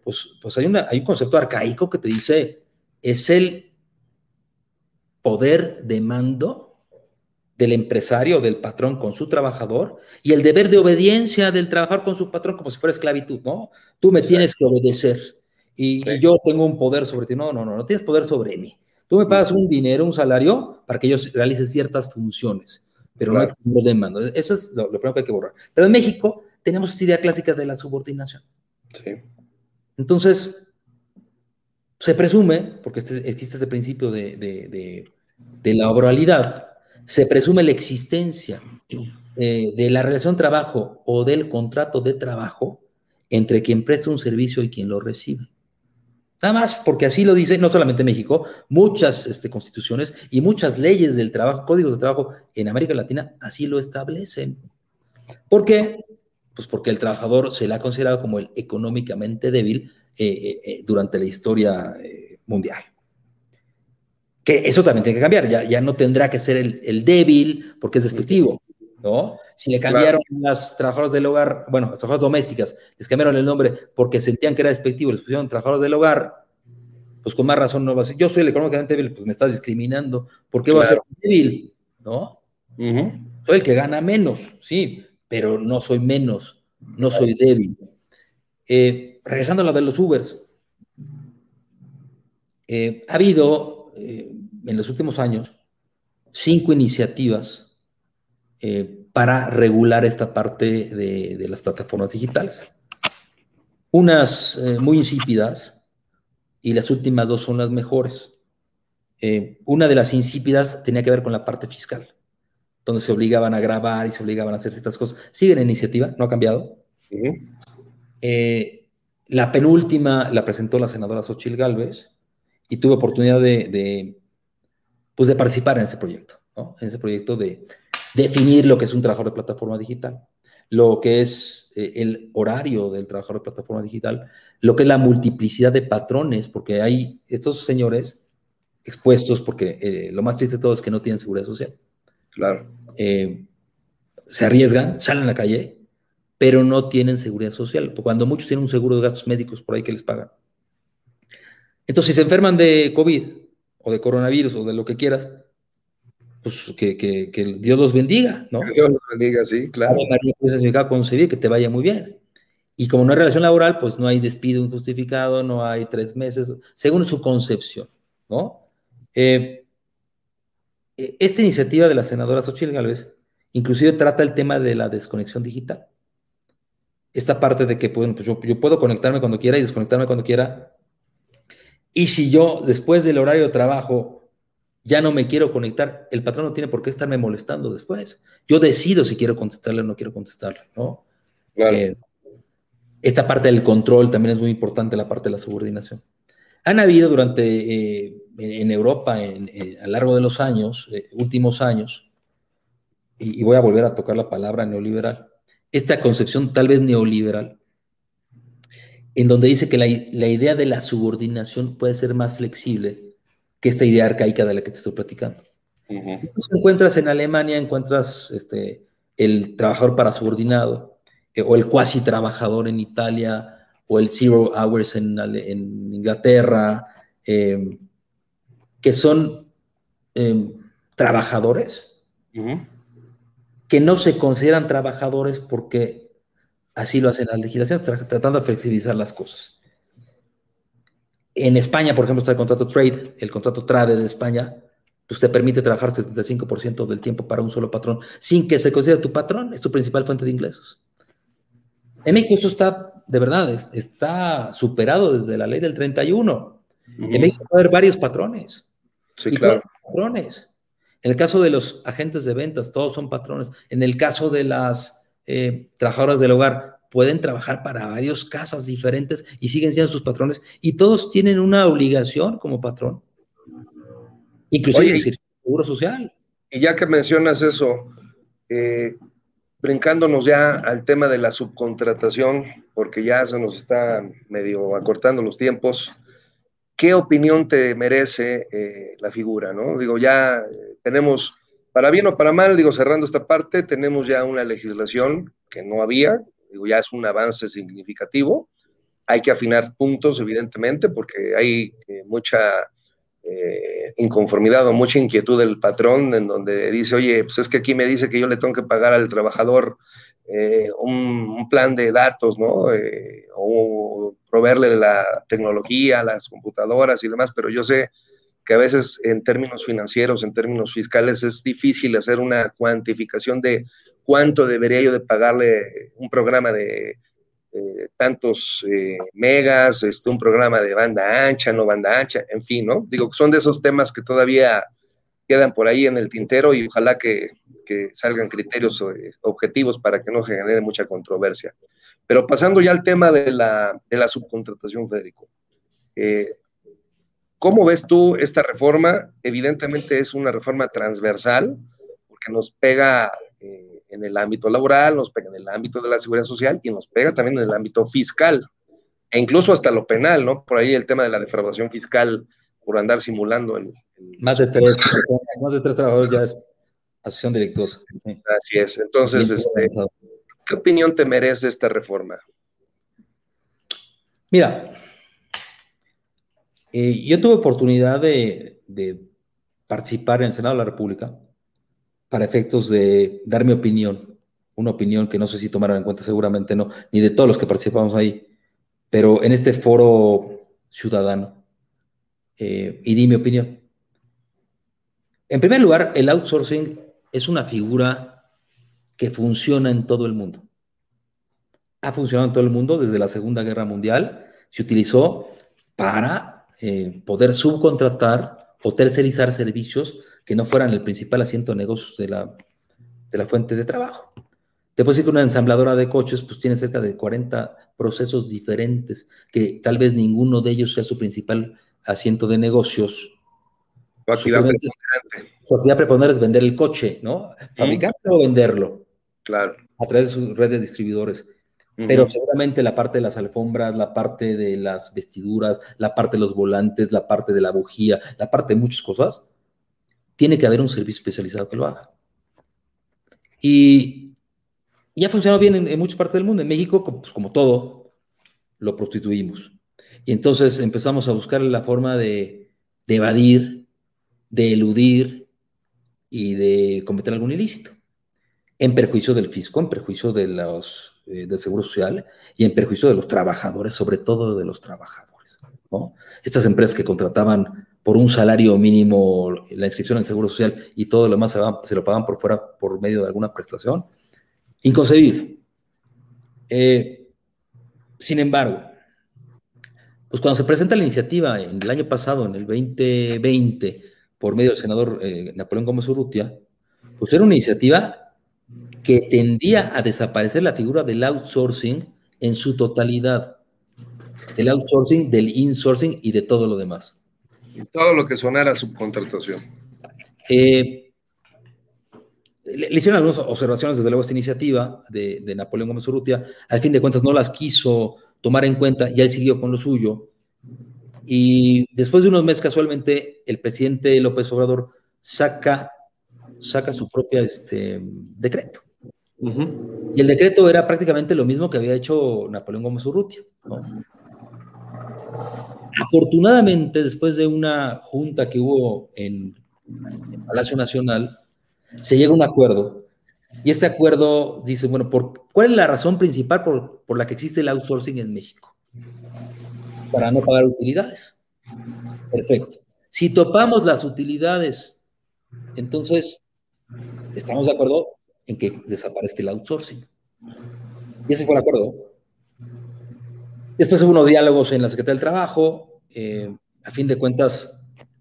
pues, pues hay, una, hay un concepto arcaico que te dice, es el poder de mando del empresario o del patrón con su trabajador y el deber de obediencia del trabajador con su patrón como si fuera esclavitud, ¿no? Tú me tienes que obedecer y, sí. y yo tengo un poder sobre ti. No, no, no, no tienes poder sobre mí. Tú me pagas un dinero, un salario para que yo realice ciertas funciones, pero claro. no hay poder de mando. Eso es lo, lo primero que hay que borrar. Pero en México tenemos esta idea clásica de la subordinación. Sí. Entonces, se presume, porque este, existe este principio de, de, de, de la oralidad, se presume la existencia eh, de la relación trabajo o del contrato de trabajo entre quien presta un servicio y quien lo recibe. Nada más, porque así lo dice, no solamente México, muchas este, constituciones y muchas leyes del trabajo, códigos de trabajo en América Latina, así lo establecen. ¿Por qué? Pues porque el trabajador se le ha considerado como el económicamente débil eh, eh, eh, durante la historia eh, mundial. Que eso también tiene que cambiar, ya, ya no tendrá que ser el, el débil porque es despectivo, ¿no? Si le cambiaron claro. las trabajadoras del hogar, bueno, las trabajadoras domésticas, les cambiaron el nombre porque sentían que era despectivo, les pusieron trabajadoras del hogar, pues con más razón no va a ser, yo soy el económicamente débil, pues me estás discriminando, ¿por qué claro. va a ser débil? ¿No? Uh-huh. Soy el que gana menos, sí, pero no soy menos, no soy débil. Eh, regresando a lo de los Ubers, eh, ha habido eh, en los últimos años cinco iniciativas eh, para regular esta parte de, de las plataformas digitales. Unas eh, muy insípidas y las últimas dos son las mejores. Eh, una de las insípidas tenía que ver con la parte fiscal, donde se obligaban a grabar y se obligaban a hacer ciertas cosas. Sigue en iniciativa, no ha cambiado. Uh-huh. eh, la penúltima la presentó la senadora Xóchitl Gálvez y tuve oportunidad de, de, pues de participar en ese proyecto, ¿no? En ese proyecto de definir lo que es un trabajador de plataforma digital, lo que es eh, el horario del trabajador de plataforma digital, lo que es la multiplicidad de patrones, porque hay estos señores expuestos, porque eh, lo más triste de todo es que no tienen seguridad social. Claro. Eh, se arriesgan, salen a la calle, pero no tienen seguridad social, cuando muchos tienen un seguro de gastos médicos por ahí que les pagan. Entonces, si se enferman de COVID o de coronavirus o de lo que quieras, pues que, que, que Dios los bendiga, ¿no? Que Dios los bendiga, sí, claro. Ave María, pues significa concebir, que te vaya muy bien. Y como no hay relación laboral, pues no hay despido injustificado, no hay tres meses, según su concepción, ¿no? Eh, esta iniciativa de la senadora Xóchitl Gálvez inclusive trata el tema de la desconexión digital. Esta parte de que bueno, pues yo, yo puedo conectarme cuando quiera y desconectarme cuando quiera. Y si yo, después del horario de trabajo, ya no me quiero conectar, el patrón no tiene por qué estarme molestando después. Yo decido si quiero contestarle o no quiero contestarle, ¿no? Claro. Eh, esta parte del control también es muy importante, la parte de la subordinación. Han habido durante, eh, en, en Europa, en, en, a lo largo de los años, eh, últimos años, y, y voy a volver a tocar la palabra neoliberal, esta concepción tal vez neoliberal, en donde dice que la, la idea de la subordinación puede ser más flexible que esta idea arcaica de la que te estoy platicando. Uh-huh. Entonces, encuentras en Alemania, encuentras este, el trabajador para subordinado, eh, o el cuasi trabajador en Italia, o el zero hours en, en Inglaterra, eh, que son eh, trabajadores uh-huh. que no se consideran trabajadores porque así lo hacen las legislaciones, tratando de flexibilizar las cosas. En España, por ejemplo, está el contrato trade, el contrato trade de España, pues te permite trabajar setenta y cinco por ciento del tiempo para un solo patrón, sin que se considere tu patrón, es tu principal fuente de ingresos. En México eso está, de verdad, es, está superado desde la ley del treinta y uno. Uh-huh. En México puede haber varios patrones. Sí, y claro. Todos son patrones. En el caso de los agentes de ventas, todos son patrones. En el caso de las eh, trabajadoras del hogar, pueden trabajar para varias casas diferentes y siguen siendo sus patrones. Y todos tienen una obligación como patrón. Inclusive el seguro social. Y ya que mencionas eso, eh, brincándonos ya al tema de la subcontratación, porque ya se nos está medio acortando los tiempos, ¿qué opinión te merece eh, la figura, no? Digo, ya tenemos, para bien o para mal, digo, cerrando esta parte, tenemos ya una legislación que no había, digo, ya es un avance significativo, hay que afinar puntos, evidentemente, porque hay eh, mucha eh, inconformidad o mucha inquietud del patrón, en donde dice, oye, pues es que aquí me dice que yo le tengo que pagar al trabajador eh, un, un plan de datos, ¿no? Eh, o proveerle de la tecnología, las computadoras y demás, pero yo sé que a veces en términos financieros, en términos fiscales, es difícil hacer una cuantificación de cuánto debería yo de pagarle un programa de eh, tantos eh, megas, este, un programa de banda ancha, no banda ancha, en fin, ¿no? Digo, son de esos temas que todavía quedan por ahí en el tintero y ojalá que, que salgan criterios eh, objetivos para que no genere mucha controversia. Pero pasando ya al tema de la, de la subcontratación, Federico, eh, ¿cómo ves tú esta reforma? Evidentemente es una reforma transversal, porque nos pega eh, en el ámbito laboral, nos pega en el ámbito de la seguridad social y nos pega también en el ámbito fiscal, e incluso hasta lo penal, ¿no? Por ahí el tema de la defraudación fiscal por andar simulando el... el más, de tres, más de tres trabajadores ya es asociación delictuosa. Sí. Así es. Entonces, este, ¿qué opinión te merece esta reforma? Mira, eh, yo tuve oportunidad de, de participar en el Senado de la República para efectos de dar mi opinión, una opinión que no sé si tomaron en cuenta, seguramente no, ni de todos los que participamos ahí, pero en este foro ciudadano, eh, y di mi opinión. En primer lugar, el outsourcing es una figura que funciona en todo el mundo. Ha funcionado en todo el mundo desde la Segunda Guerra Mundial. Se utilizó para eh, poder subcontratar o tercerizar servicios que no fueran el principal asiento de negocios de la, de la fuente de trabajo. Te puedo decir que una ensambladora de coches pues tiene cerca de cuarenta procesos diferentes, que tal vez ninguno de ellos sea su principal asiento de negocios. Tu actividad preponderante. Su actividad preponderante es vender el coche, ¿no? Fabricarlo ¿Mm? o venderlo. Claro. A través de sus redes de distribuidores. Uh-huh. Pero seguramente la parte de las alfombras, la parte de las vestiduras, la parte de los volantes, la parte de la bujía, la parte de muchas cosas, tiene que haber un servicio especializado que lo haga. Y, y ha funcionado bien en, en muchas partes del mundo. En México, pues, como todo, lo prostituimos. Y entonces empezamos a buscar la forma de, de evadir, de eludir y de cometer algún ilícito, en perjuicio del fisco, en perjuicio de los, eh, del Seguro Social y en perjuicio de los trabajadores, sobre todo de los trabajadores, ¿no? Estas empresas que contrataban por un salario mínimo la inscripción en el Seguro Social y todo lo demás se, va, se lo pagaban por fuera por medio de alguna prestación, inconcebible. Eh, sin embargo, pues cuando se presenta la iniciativa en el año pasado, en el veinte veinte, por medio del senador eh, Napoleón Gómez Urrutia, pues era una iniciativa que tendía a desaparecer la figura del outsourcing en su totalidad, del outsourcing, del insourcing y de todo lo demás. Todo lo que sonara subcontratación. Eh, le, le hicieron algunas observaciones desde luego a esta iniciativa de, de Napoleón Gómez Urrutia, al fin de cuentas no las quiso tomar en cuenta y él siguió con lo suyo. Y después de unos meses, casualmente, el presidente López Obrador saca, saca su propio este, decreto. Uh-huh. Y el decreto era prácticamente lo mismo que había hecho Napoleón Gómez Urrutia, ¿no? Afortunadamente, después de una junta que hubo en el Palacio Nacional, se llega a un acuerdo, y este acuerdo dice, bueno, ¿por, ¿cuál es la razón principal por, por la que existe el outsourcing en México? Para no pagar utilidades. Perfecto. Si topamos las utilidades, entonces, ¿estamos de acuerdo en que desaparezca el outsourcing? Y ese fue el acuerdo. Después hubo unos diálogos en la Secretaría del Trabajo. Eh, a fin de cuentas,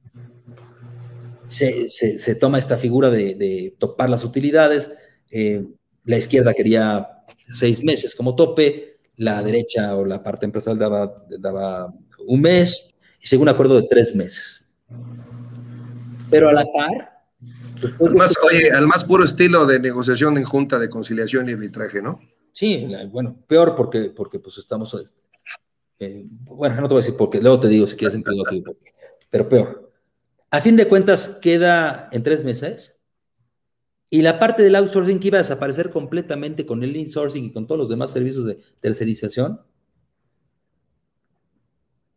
se, se, se toma esta figura de, de topar las utilidades. Eh, la izquierda quería seis meses como tope, la derecha o la parte empresarial daba, daba un mes, y según acuerdo de tres meses. Pero a la par, Después al, más, de... oye, al más puro estilo de negociación en junta de conciliación y arbitraje, ¿no? Sí, bueno, peor porque, porque pues estamos, eh, bueno, no te voy a decir porque, luego te digo si quieres en privado, pero peor. A fin de cuentas queda en tres meses y la parte del outsourcing que iba a desaparecer completamente con el insourcing y con todos los demás servicios de tercerización,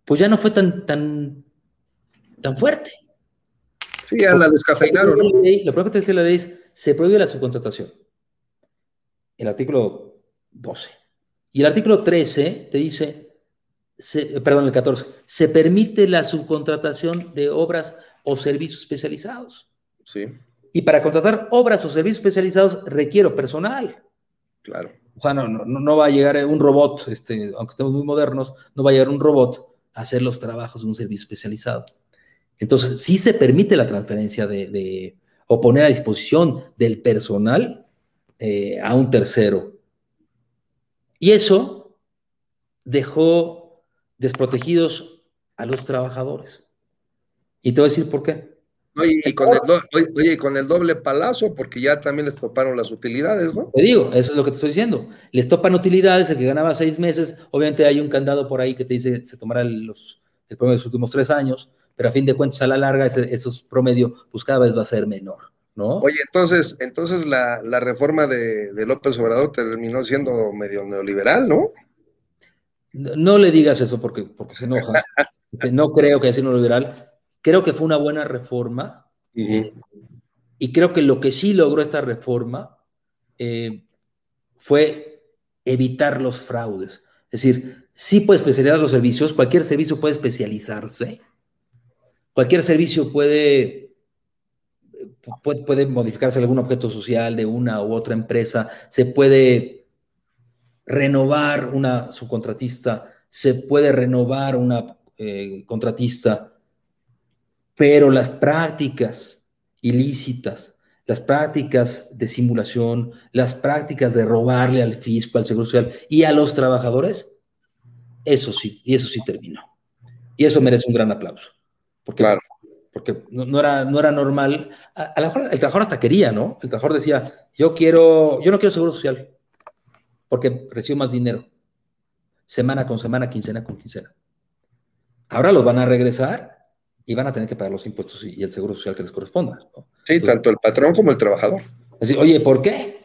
pues ya no fue tan, tan, tan fuerte. Sí, ya la descafeinaron, ¿no? Lo primero que te dice la ley es, se prohíbe la subcontratación. El artículo doce. Y el artículo trece te dice, se, perdón, el catorce, se permite la subcontratación de obras o servicios especializados. Sí. Y para contratar obras o servicios especializados requiero personal. Claro. O sea, no, no, no va a llegar un robot, este, aunque estemos muy modernos, no va a llegar un robot a hacer los trabajos de un servicio especializado. Entonces, sí se permite la transferencia de, de o poner a disposición del personal eh, a un tercero. Y eso dejó desprotegidos a los trabajadores. Y te voy a decir por qué. Oye, y con el, do, oye, y con el doble palazo, porque ya también les toparon las utilidades, ¿no? Te digo, eso es lo que te estoy diciendo. Les topan utilidades, el que ganaba seis meses, obviamente hay un candado por ahí que te dice se tomará los, el promedio de los últimos tres años, pero a fin de cuentas a la larga ese, esos promedios pues cada vez va a ser menor, ¿no? Oye, entonces, entonces la, la reforma de, de López Obrador terminó siendo medio neoliberal, ¿no? No, no le digas eso porque, porque se enoja. No creo que haya sido neoliberal. Creo que fue una buena reforma. Uh -huh. eh, y creo que lo que sí logró esta reforma eh, fue evitar los fraudes. Es decir, sí puede especializar los servicios, cualquier servicio puede especializarse, cualquier servicio puede, puede, puede modificarse algún objeto social de una u otra empresa, se puede renovar una subcontratista, se puede renovar una eh, contratista, pero las prácticas ilícitas, las prácticas de simulación, las prácticas de robarle al fisco, al Seguro Social y a los trabajadores, eso sí, y eso sí terminó. Y eso merece un gran aplauso. Porque, claro. porque no, no, era, no era normal. A, a lo mejor el trabajador hasta quería, ¿no? El trabajador decía, yo quiero, yo no quiero Seguro Social, porque recibo más dinero. Semana con semana, quincena con quincena. Ahora los van a regresar y van a tener que pagar los impuestos y el seguro social que les corresponda, ¿no? Sí, entonces, tanto el patrón como el trabajador. Así, oye, ¿por qué?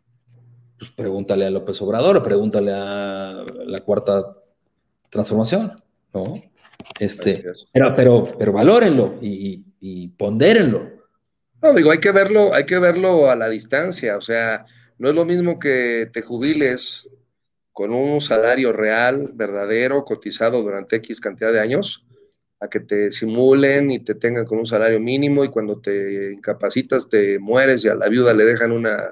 Pues pregúntale a López Obrador o pregúntale a la Cuarta Transformación, ¿no? Este, pero, pero, pero valórenlo y, y pondérenlo. No, digo, hay que verlo, hay que verlo a la distancia, o sea, no es lo mismo que te jubiles con un salario real, verdadero, cotizado durante X cantidad de años, a que te simulen y te tengan con un salario mínimo y cuando te incapacitas te mueres y a la viuda le dejan una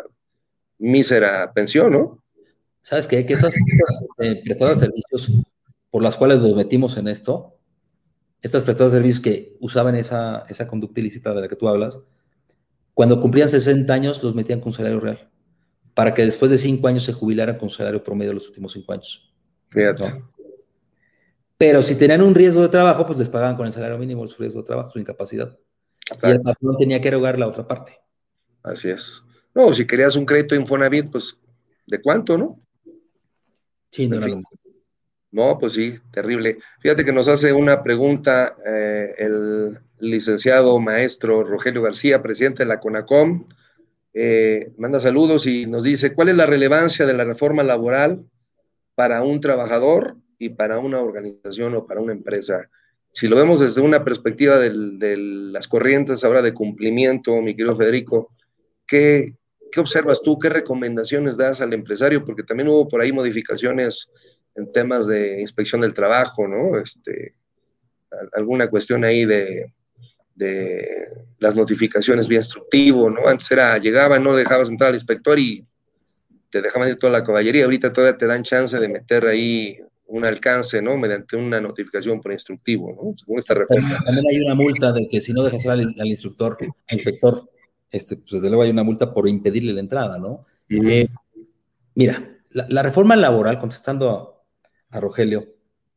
mísera pensión, ¿no? ¿Sabes qué? Que esas, esas eh, prestadoras de servicios por las cuales nos metimos en esto, estas prestadoras de servicios que usaban esa, esa conducta ilícita de la que tú hablas, cuando cumplían sesenta años los metían con salario real, para que después de cinco años se jubilaran con salario promedio los últimos cinco años. Fíjate. ¿No? Pero si tenían un riesgo de trabajo, pues les pagaban con el salario mínimo su riesgo de trabajo, su incapacidad. Exacto. Y el patrón tenía que erogar la otra parte. Así es. No, si querías un crédito Infonavit, pues, ¿de cuánto, no? Sí, no era lo mismo. No, pues sí, terrible. Fíjate que nos hace una pregunta eh, el licenciado maestro Rogelio García, presidente de la CONACOM. Eh, manda saludos y nos dice, ¿cuál es la relevancia de la reforma laboral para un trabajador y para una organización o para una empresa? Si lo vemos desde una perspectiva del, de las corrientes ahora de cumplimiento, mi querido Federico, ¿qué, ¿qué observas tú? ¿Qué recomendaciones das al empresario? Porque también hubo por ahí modificaciones en temas de inspección del trabajo, ¿no? Este, alguna cuestión ahí de, de las notificaciones vía instructivo, ¿no? Antes era, llegaba, no dejabas entrar al inspector y te dejaban ir toda la caballería. Ahorita todavía te dan chance de meter ahí un alcance, ¿no? Mediante una notificación por instructivo, ¿no? Según esta reforma. También, también hay una multa de que si no dejas al, al instructor, al inspector, este, pues desde luego hay una multa por impedirle la entrada, ¿no? Uh-huh. eh, mira, la, la reforma laboral, contestando a, a Rogelio,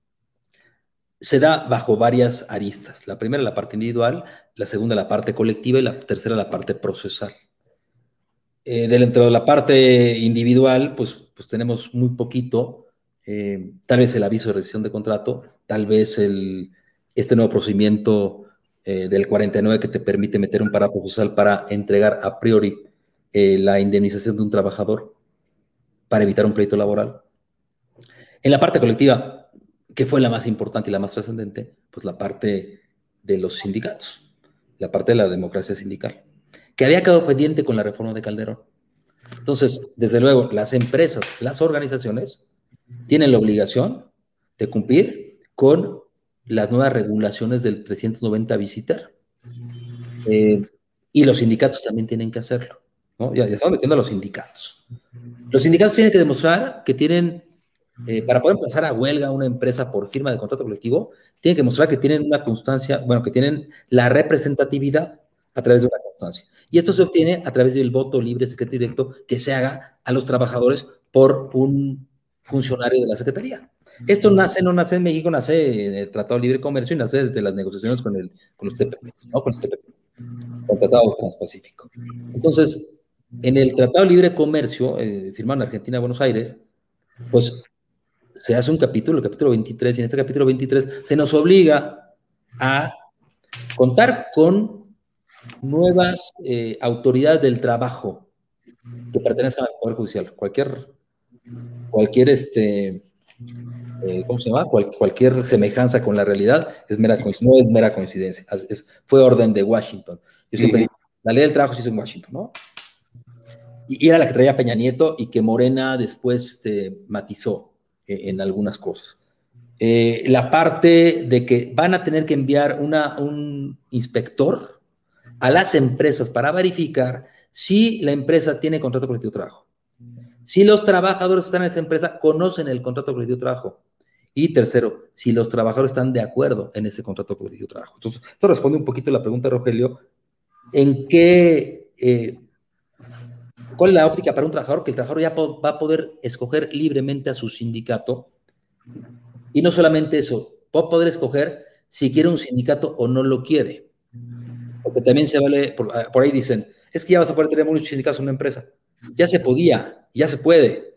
se da bajo varias aristas. La primera, la parte individual, la segunda, la parte colectiva y la tercera, la parte procesal. Eh, dentro de la parte individual, pues, pues tenemos muy poquito, eh, tal vez el aviso de rescisión de contrato, tal vez el, este nuevo procedimiento eh, del cuarenta y nueve que te permite meter un párrafo procesal para entregar a priori eh, la indemnización de un trabajador para evitar un pleito laboral. En la parte colectiva, que fue la más importante y la más trascendente, pues la parte de los sindicatos, la parte de la democracia sindical, que había quedado pendiente con la reforma de Calderón. Entonces, desde luego, las empresas, las organizaciones, tienen la obligación de cumplir con las nuevas regulaciones del trescientos noventa bis iter. Eh, y los sindicatos también tienen que hacerlo, ¿no? Ya, ya estamos metiendo a los sindicatos. Los sindicatos tienen que demostrar que tienen, eh, para poder empezar a huelga una empresa por firma de contrato colectivo, tienen que mostrar que tienen una constancia, bueno, que tienen la representatividad a través de una constancia. Y esto se obtiene a través del voto libre, secreto y directo que se haga a los trabajadores por un funcionario de la Secretaría. Esto nace, no nace en México, nace en el Tratado de Libre Comercio y nace desde las negociaciones con, el, con los T P P, ¿no? Con los T P P, con el Tratado Transpacífico. Entonces, en el Tratado de Libre Comercio, eh, firmado en Argentina, Buenos Aires, pues se hace un capítulo, el capítulo veintitrés, y en este capítulo veintitrés se nos obliga a contar con nuevas eh, autoridades del trabajo que pertenezcan al Poder Judicial. Cualquier, cualquier este, eh, ¿cómo se llama? Cual, cualquier semejanza con la realidad es mera, no es mera coincidencia. Es, fue orden de Washington. Yo siempre digo, la ley del trabajo se hizo en Washington, ¿no? Y era la que traía Peña Nieto y que Morena después este, matizó eh, en algunas cosas. Eh, la parte de que van a tener que enviar una, un inspector a las empresas para verificar si la empresa tiene contrato colectivo de trabajo, si los trabajadores que están en esa empresa conocen el contrato colectivo de trabajo, y tercero, si los trabajadores están de acuerdo en ese contrato colectivo de trabajo. Entonces, esto responde un poquito a la pregunta de Rogelio, ¿en qué... Eh, ¿cuál es la óptica para un trabajador? Que el trabajador ya va a poder escoger libremente a su sindicato. Y no solamente eso, va a poder escoger si quiere un sindicato o no lo quiere. Porque también se vale, por, por ahí dicen, es que ya vas a poder tener muchos sindicatos en una empresa. Ya se podía, ya se puede.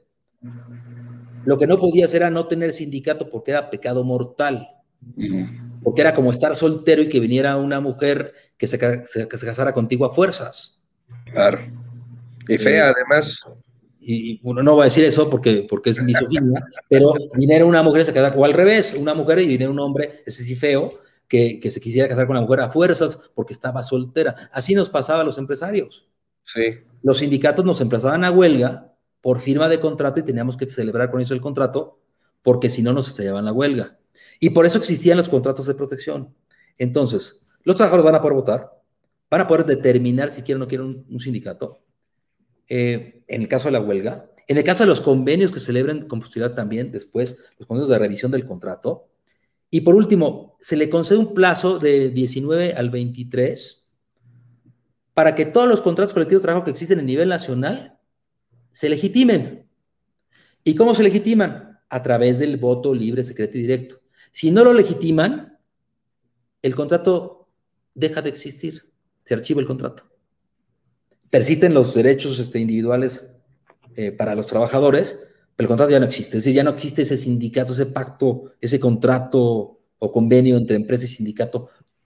Lo que no podías era no tener sindicato porque era pecado mortal. Porque era como estar soltero y que viniera una mujer que se, que se casara contigo a fuerzas. Claro. Y fea, eh, además. Y bueno, no voy a decir eso porque, porque es misoginia, pero viniera una mujer y se casara, o al revés, una mujer y viniera un hombre, ese sí feo, que, que se quisiera casar con la mujer a fuerzas porque estaba soltera. Así nos pasaba a los empresarios. Sí. Los sindicatos nos empezaban a huelga por firma de contrato y teníamos que celebrar con eso el contrato, porque si no nos estallaban la huelga. Y por eso existían los contratos de protección. Entonces, los trabajadores van a poder votar, van a poder determinar si quieren o no quieren un, un sindicato. Eh, en el caso de la huelga, en el caso de los convenios que celebren con posterioridad también, después, los convenios de revisión del contrato. Y por último, se le concede un plazo de diecinueve al veintitrés para que todos los contratos colectivos de trabajo que existen a nivel nacional se legitimen. ¿Y cómo se legitiman? A través del voto libre, secreto y directo. Si no lo legitiman, el contrato deja de existir, se archiva el contrato. Persisten los derechos este, individuales eh, para los trabajadores, pero el contrato ya no existe. Es decir, ya no existe ese sindicato, ese pacto, ese contrato o convenio entre empresa y sindicato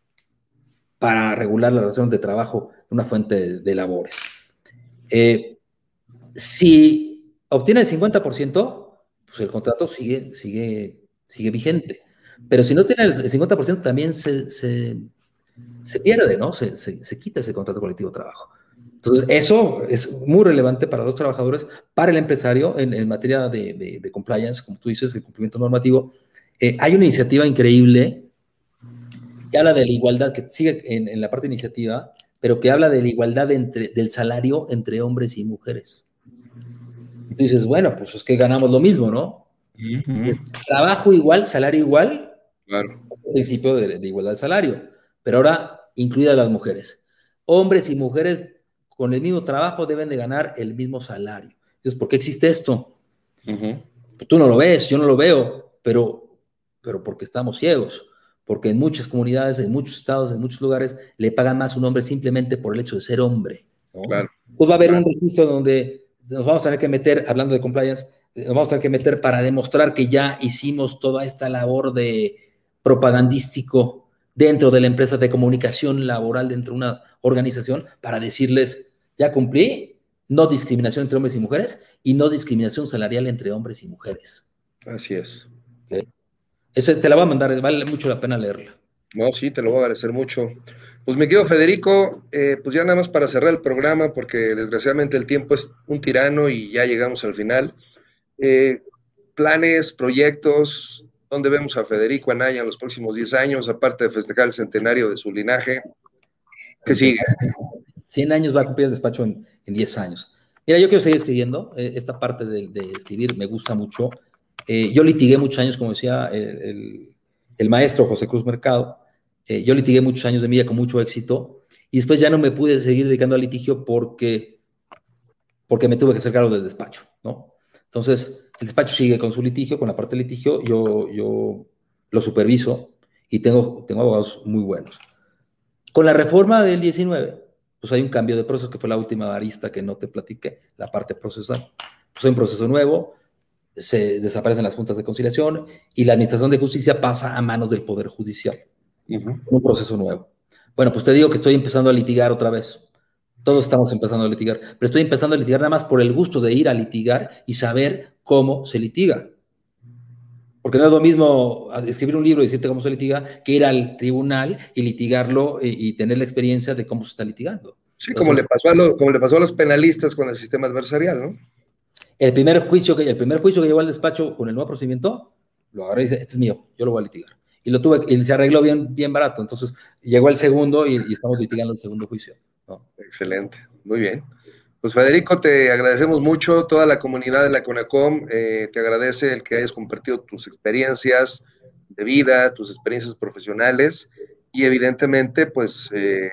para regular las relaciones de trabajo en una fuente de, de labores. Eh, si obtiene el cincuenta por ciento, pues el contrato sigue, sigue, sigue vigente. Pero si no tiene el cincuenta por ciento, también se, se, se pierde, ¿no? Se, se, se quita ese contrato colectivo de trabajo. Entonces, eso es muy relevante para los trabajadores, para el empresario en, en materia de, de, de compliance, como tú dices, el cumplimiento normativo. Eh, hay una iniciativa increíble que habla de la igualdad, que sigue en, en la parte de iniciativa, pero que habla de la igualdad entre, del salario entre hombres y mujeres. Y tú dices, bueno, pues es que ganamos lo mismo, ¿no? Uh-huh. Es trabajo igual, salario igual, claro. El principio de, de igualdad de salario, pero ahora incluidas las mujeres. Hombres y mujeres con el mismo trabajo deben de ganar el mismo salario. Entonces, ¿por qué existe esto? Uh-huh. Pues tú no lo ves, yo no lo veo, pero, pero porque estamos ciegos, porque en muchas comunidades, en muchos estados, en muchos lugares, le pagan más a un hombre simplemente por el hecho de ser hombre, ¿no? Claro. Pues va a haber claro. un registro donde nos vamos a tener que meter, hablando de compliance, nos vamos a tener que meter para demostrar que ya hicimos toda esta labor de propagandístico dentro de la empresa de comunicación laboral, dentro de una organización, para decirles, ya cumplí, no discriminación entre hombres y mujeres y no discriminación salarial entre hombres y mujeres. Así es. ¿Okay? Ese te la voy a mandar, vale mucho la pena leerla. No, sí, te lo voy a agradecer mucho. Pues me quedo Federico, eh, pues ya nada más para cerrar el programa, porque desgraciadamente el tiempo es un tirano y ya llegamos al final. Eh, planes, proyectos, ¿dónde vemos a Federico Anaya en los próximos diez años, aparte de festejar el centenario de su linaje? ¿Qué sigue? cien años va a cumplir el despacho en, en diez años. Mira, yo quiero seguir escribiendo, eh, esta parte de, de, escribir me gusta mucho. Eh, yo litigué muchos años, como decía el, el, el maestro José Cruz Mercado, eh, yo litigué muchos años de mi vida con mucho éxito, y después ya no me pude seguir dedicando al litigio porque, porque me tuve que hacer cargo del despacho, ¿no? Entonces, el despacho sigue con su litigio, con la parte de litigio, yo, yo lo superviso y tengo, tengo abogados muy buenos. Con la reforma del diecinueve, pues hay un cambio de proceso, que fue la última arista que no te platiqué, la parte procesal. Pues hay un proceso nuevo, se desaparecen las juntas de conciliación y la administración de justicia pasa a manos del Poder Judicial. Uh-huh. Un proceso nuevo. Bueno, pues te digo que estoy empezando a litigar otra vez. Todos estamos empezando a litigar, pero estoy empezando a litigar nada más por el gusto de ir a litigar y saber cómo se litiga. Porque no es lo mismo escribir un libro y decirte cómo se litiga que ir al tribunal y litigarlo y, y tener la experiencia de cómo se está litigando. Sí, Entonces, como, le pasó a los, como le pasó a los penalistas con el sistema adversarial, ¿no? El primer juicio que, el primer juicio que llevó al despacho con el nuevo procedimiento, lo agarré y dice, este es mío, yo lo voy a litigar. Y lo tuve, y se arregló bien, bien barato. Entonces llegó el segundo y, y estamos litigando el segundo juicio, ¿no? Excelente, muy bien. Pues Federico, te agradecemos mucho, toda la comunidad de la CONACOM, eh, te agradece el que hayas compartido tus experiencias de vida, tus experiencias profesionales, y evidentemente, pues, eh,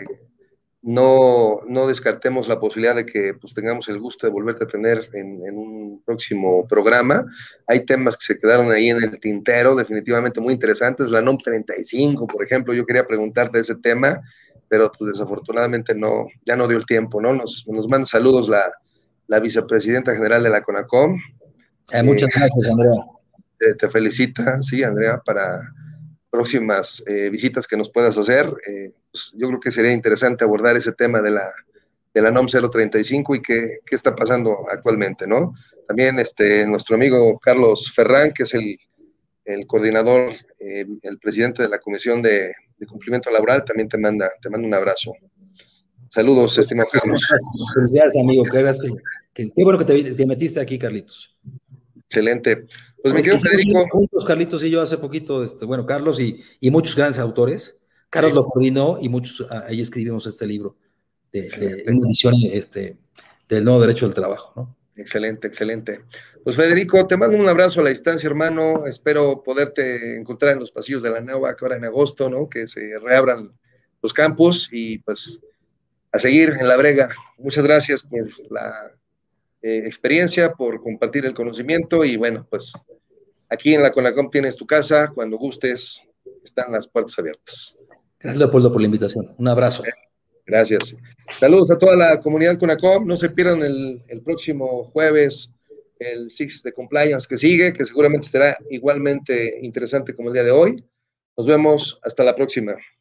no, no descartemos la posibilidad de que pues, tengamos el gusto de volverte a tener en, en un próximo programa. Hay temas que se quedaron ahí en el tintero, definitivamente muy interesantes, la NOM treinta y cinco, por ejemplo, yo quería preguntarte ese tema, pero pues desafortunadamente no, ya no dio el tiempo, ¿no? Nos, nos manda saludos la, la vicepresidenta general de la CONACOM. Eh, muchas eh, gracias, Andrea. Te, te felicita, sí, Andrea, para próximas eh, visitas que nos puedas hacer. Eh, pues yo creo que sería interesante abordar ese tema de la, de la NOM cero treinta y cinco y qué, qué está pasando actualmente, ¿no? También este, nuestro amigo Carlos Ferrán, que es el, el coordinador, eh, el presidente de la Comisión de, de Cumplimiento Laboral, también te manda, te manda un abrazo. Saludos, estimado Carlos. Felicidades, amigo. Qué, qué, qué bueno que te, te metiste aquí, Carlitos. Excelente. Pues me quedo, Federico. Juntos, Carlitos y yo, hace poquito, este, bueno, Carlos y, y muchos grandes autores. Carlos sí. lo coordinó y muchos, ahí escribimos este libro de, de una edición este, del nuevo derecho del trabajo, ¿no? Excelente, excelente. Pues Federico, te mando un abrazo a la distancia, hermano. Espero poderte encontrar en los pasillos de la NAWAC ahora en agosto, ¿no? Que se reabran los campus y pues a seguir en la brega. Muchas gracias por la eh, experiencia, por compartir el conocimiento y bueno, pues aquí en la CONACOM tienes tu casa, cuando gustes, están las puertas abiertas. Gracias, Leopoldo, por la invitación. Un abrazo. Gracias. Saludos a toda la comunidad CONACOM. No se pierdan el, el próximo jueves el Six de Compliance que sigue, que seguramente será igualmente interesante como el día de hoy. Nos vemos. Hasta la próxima.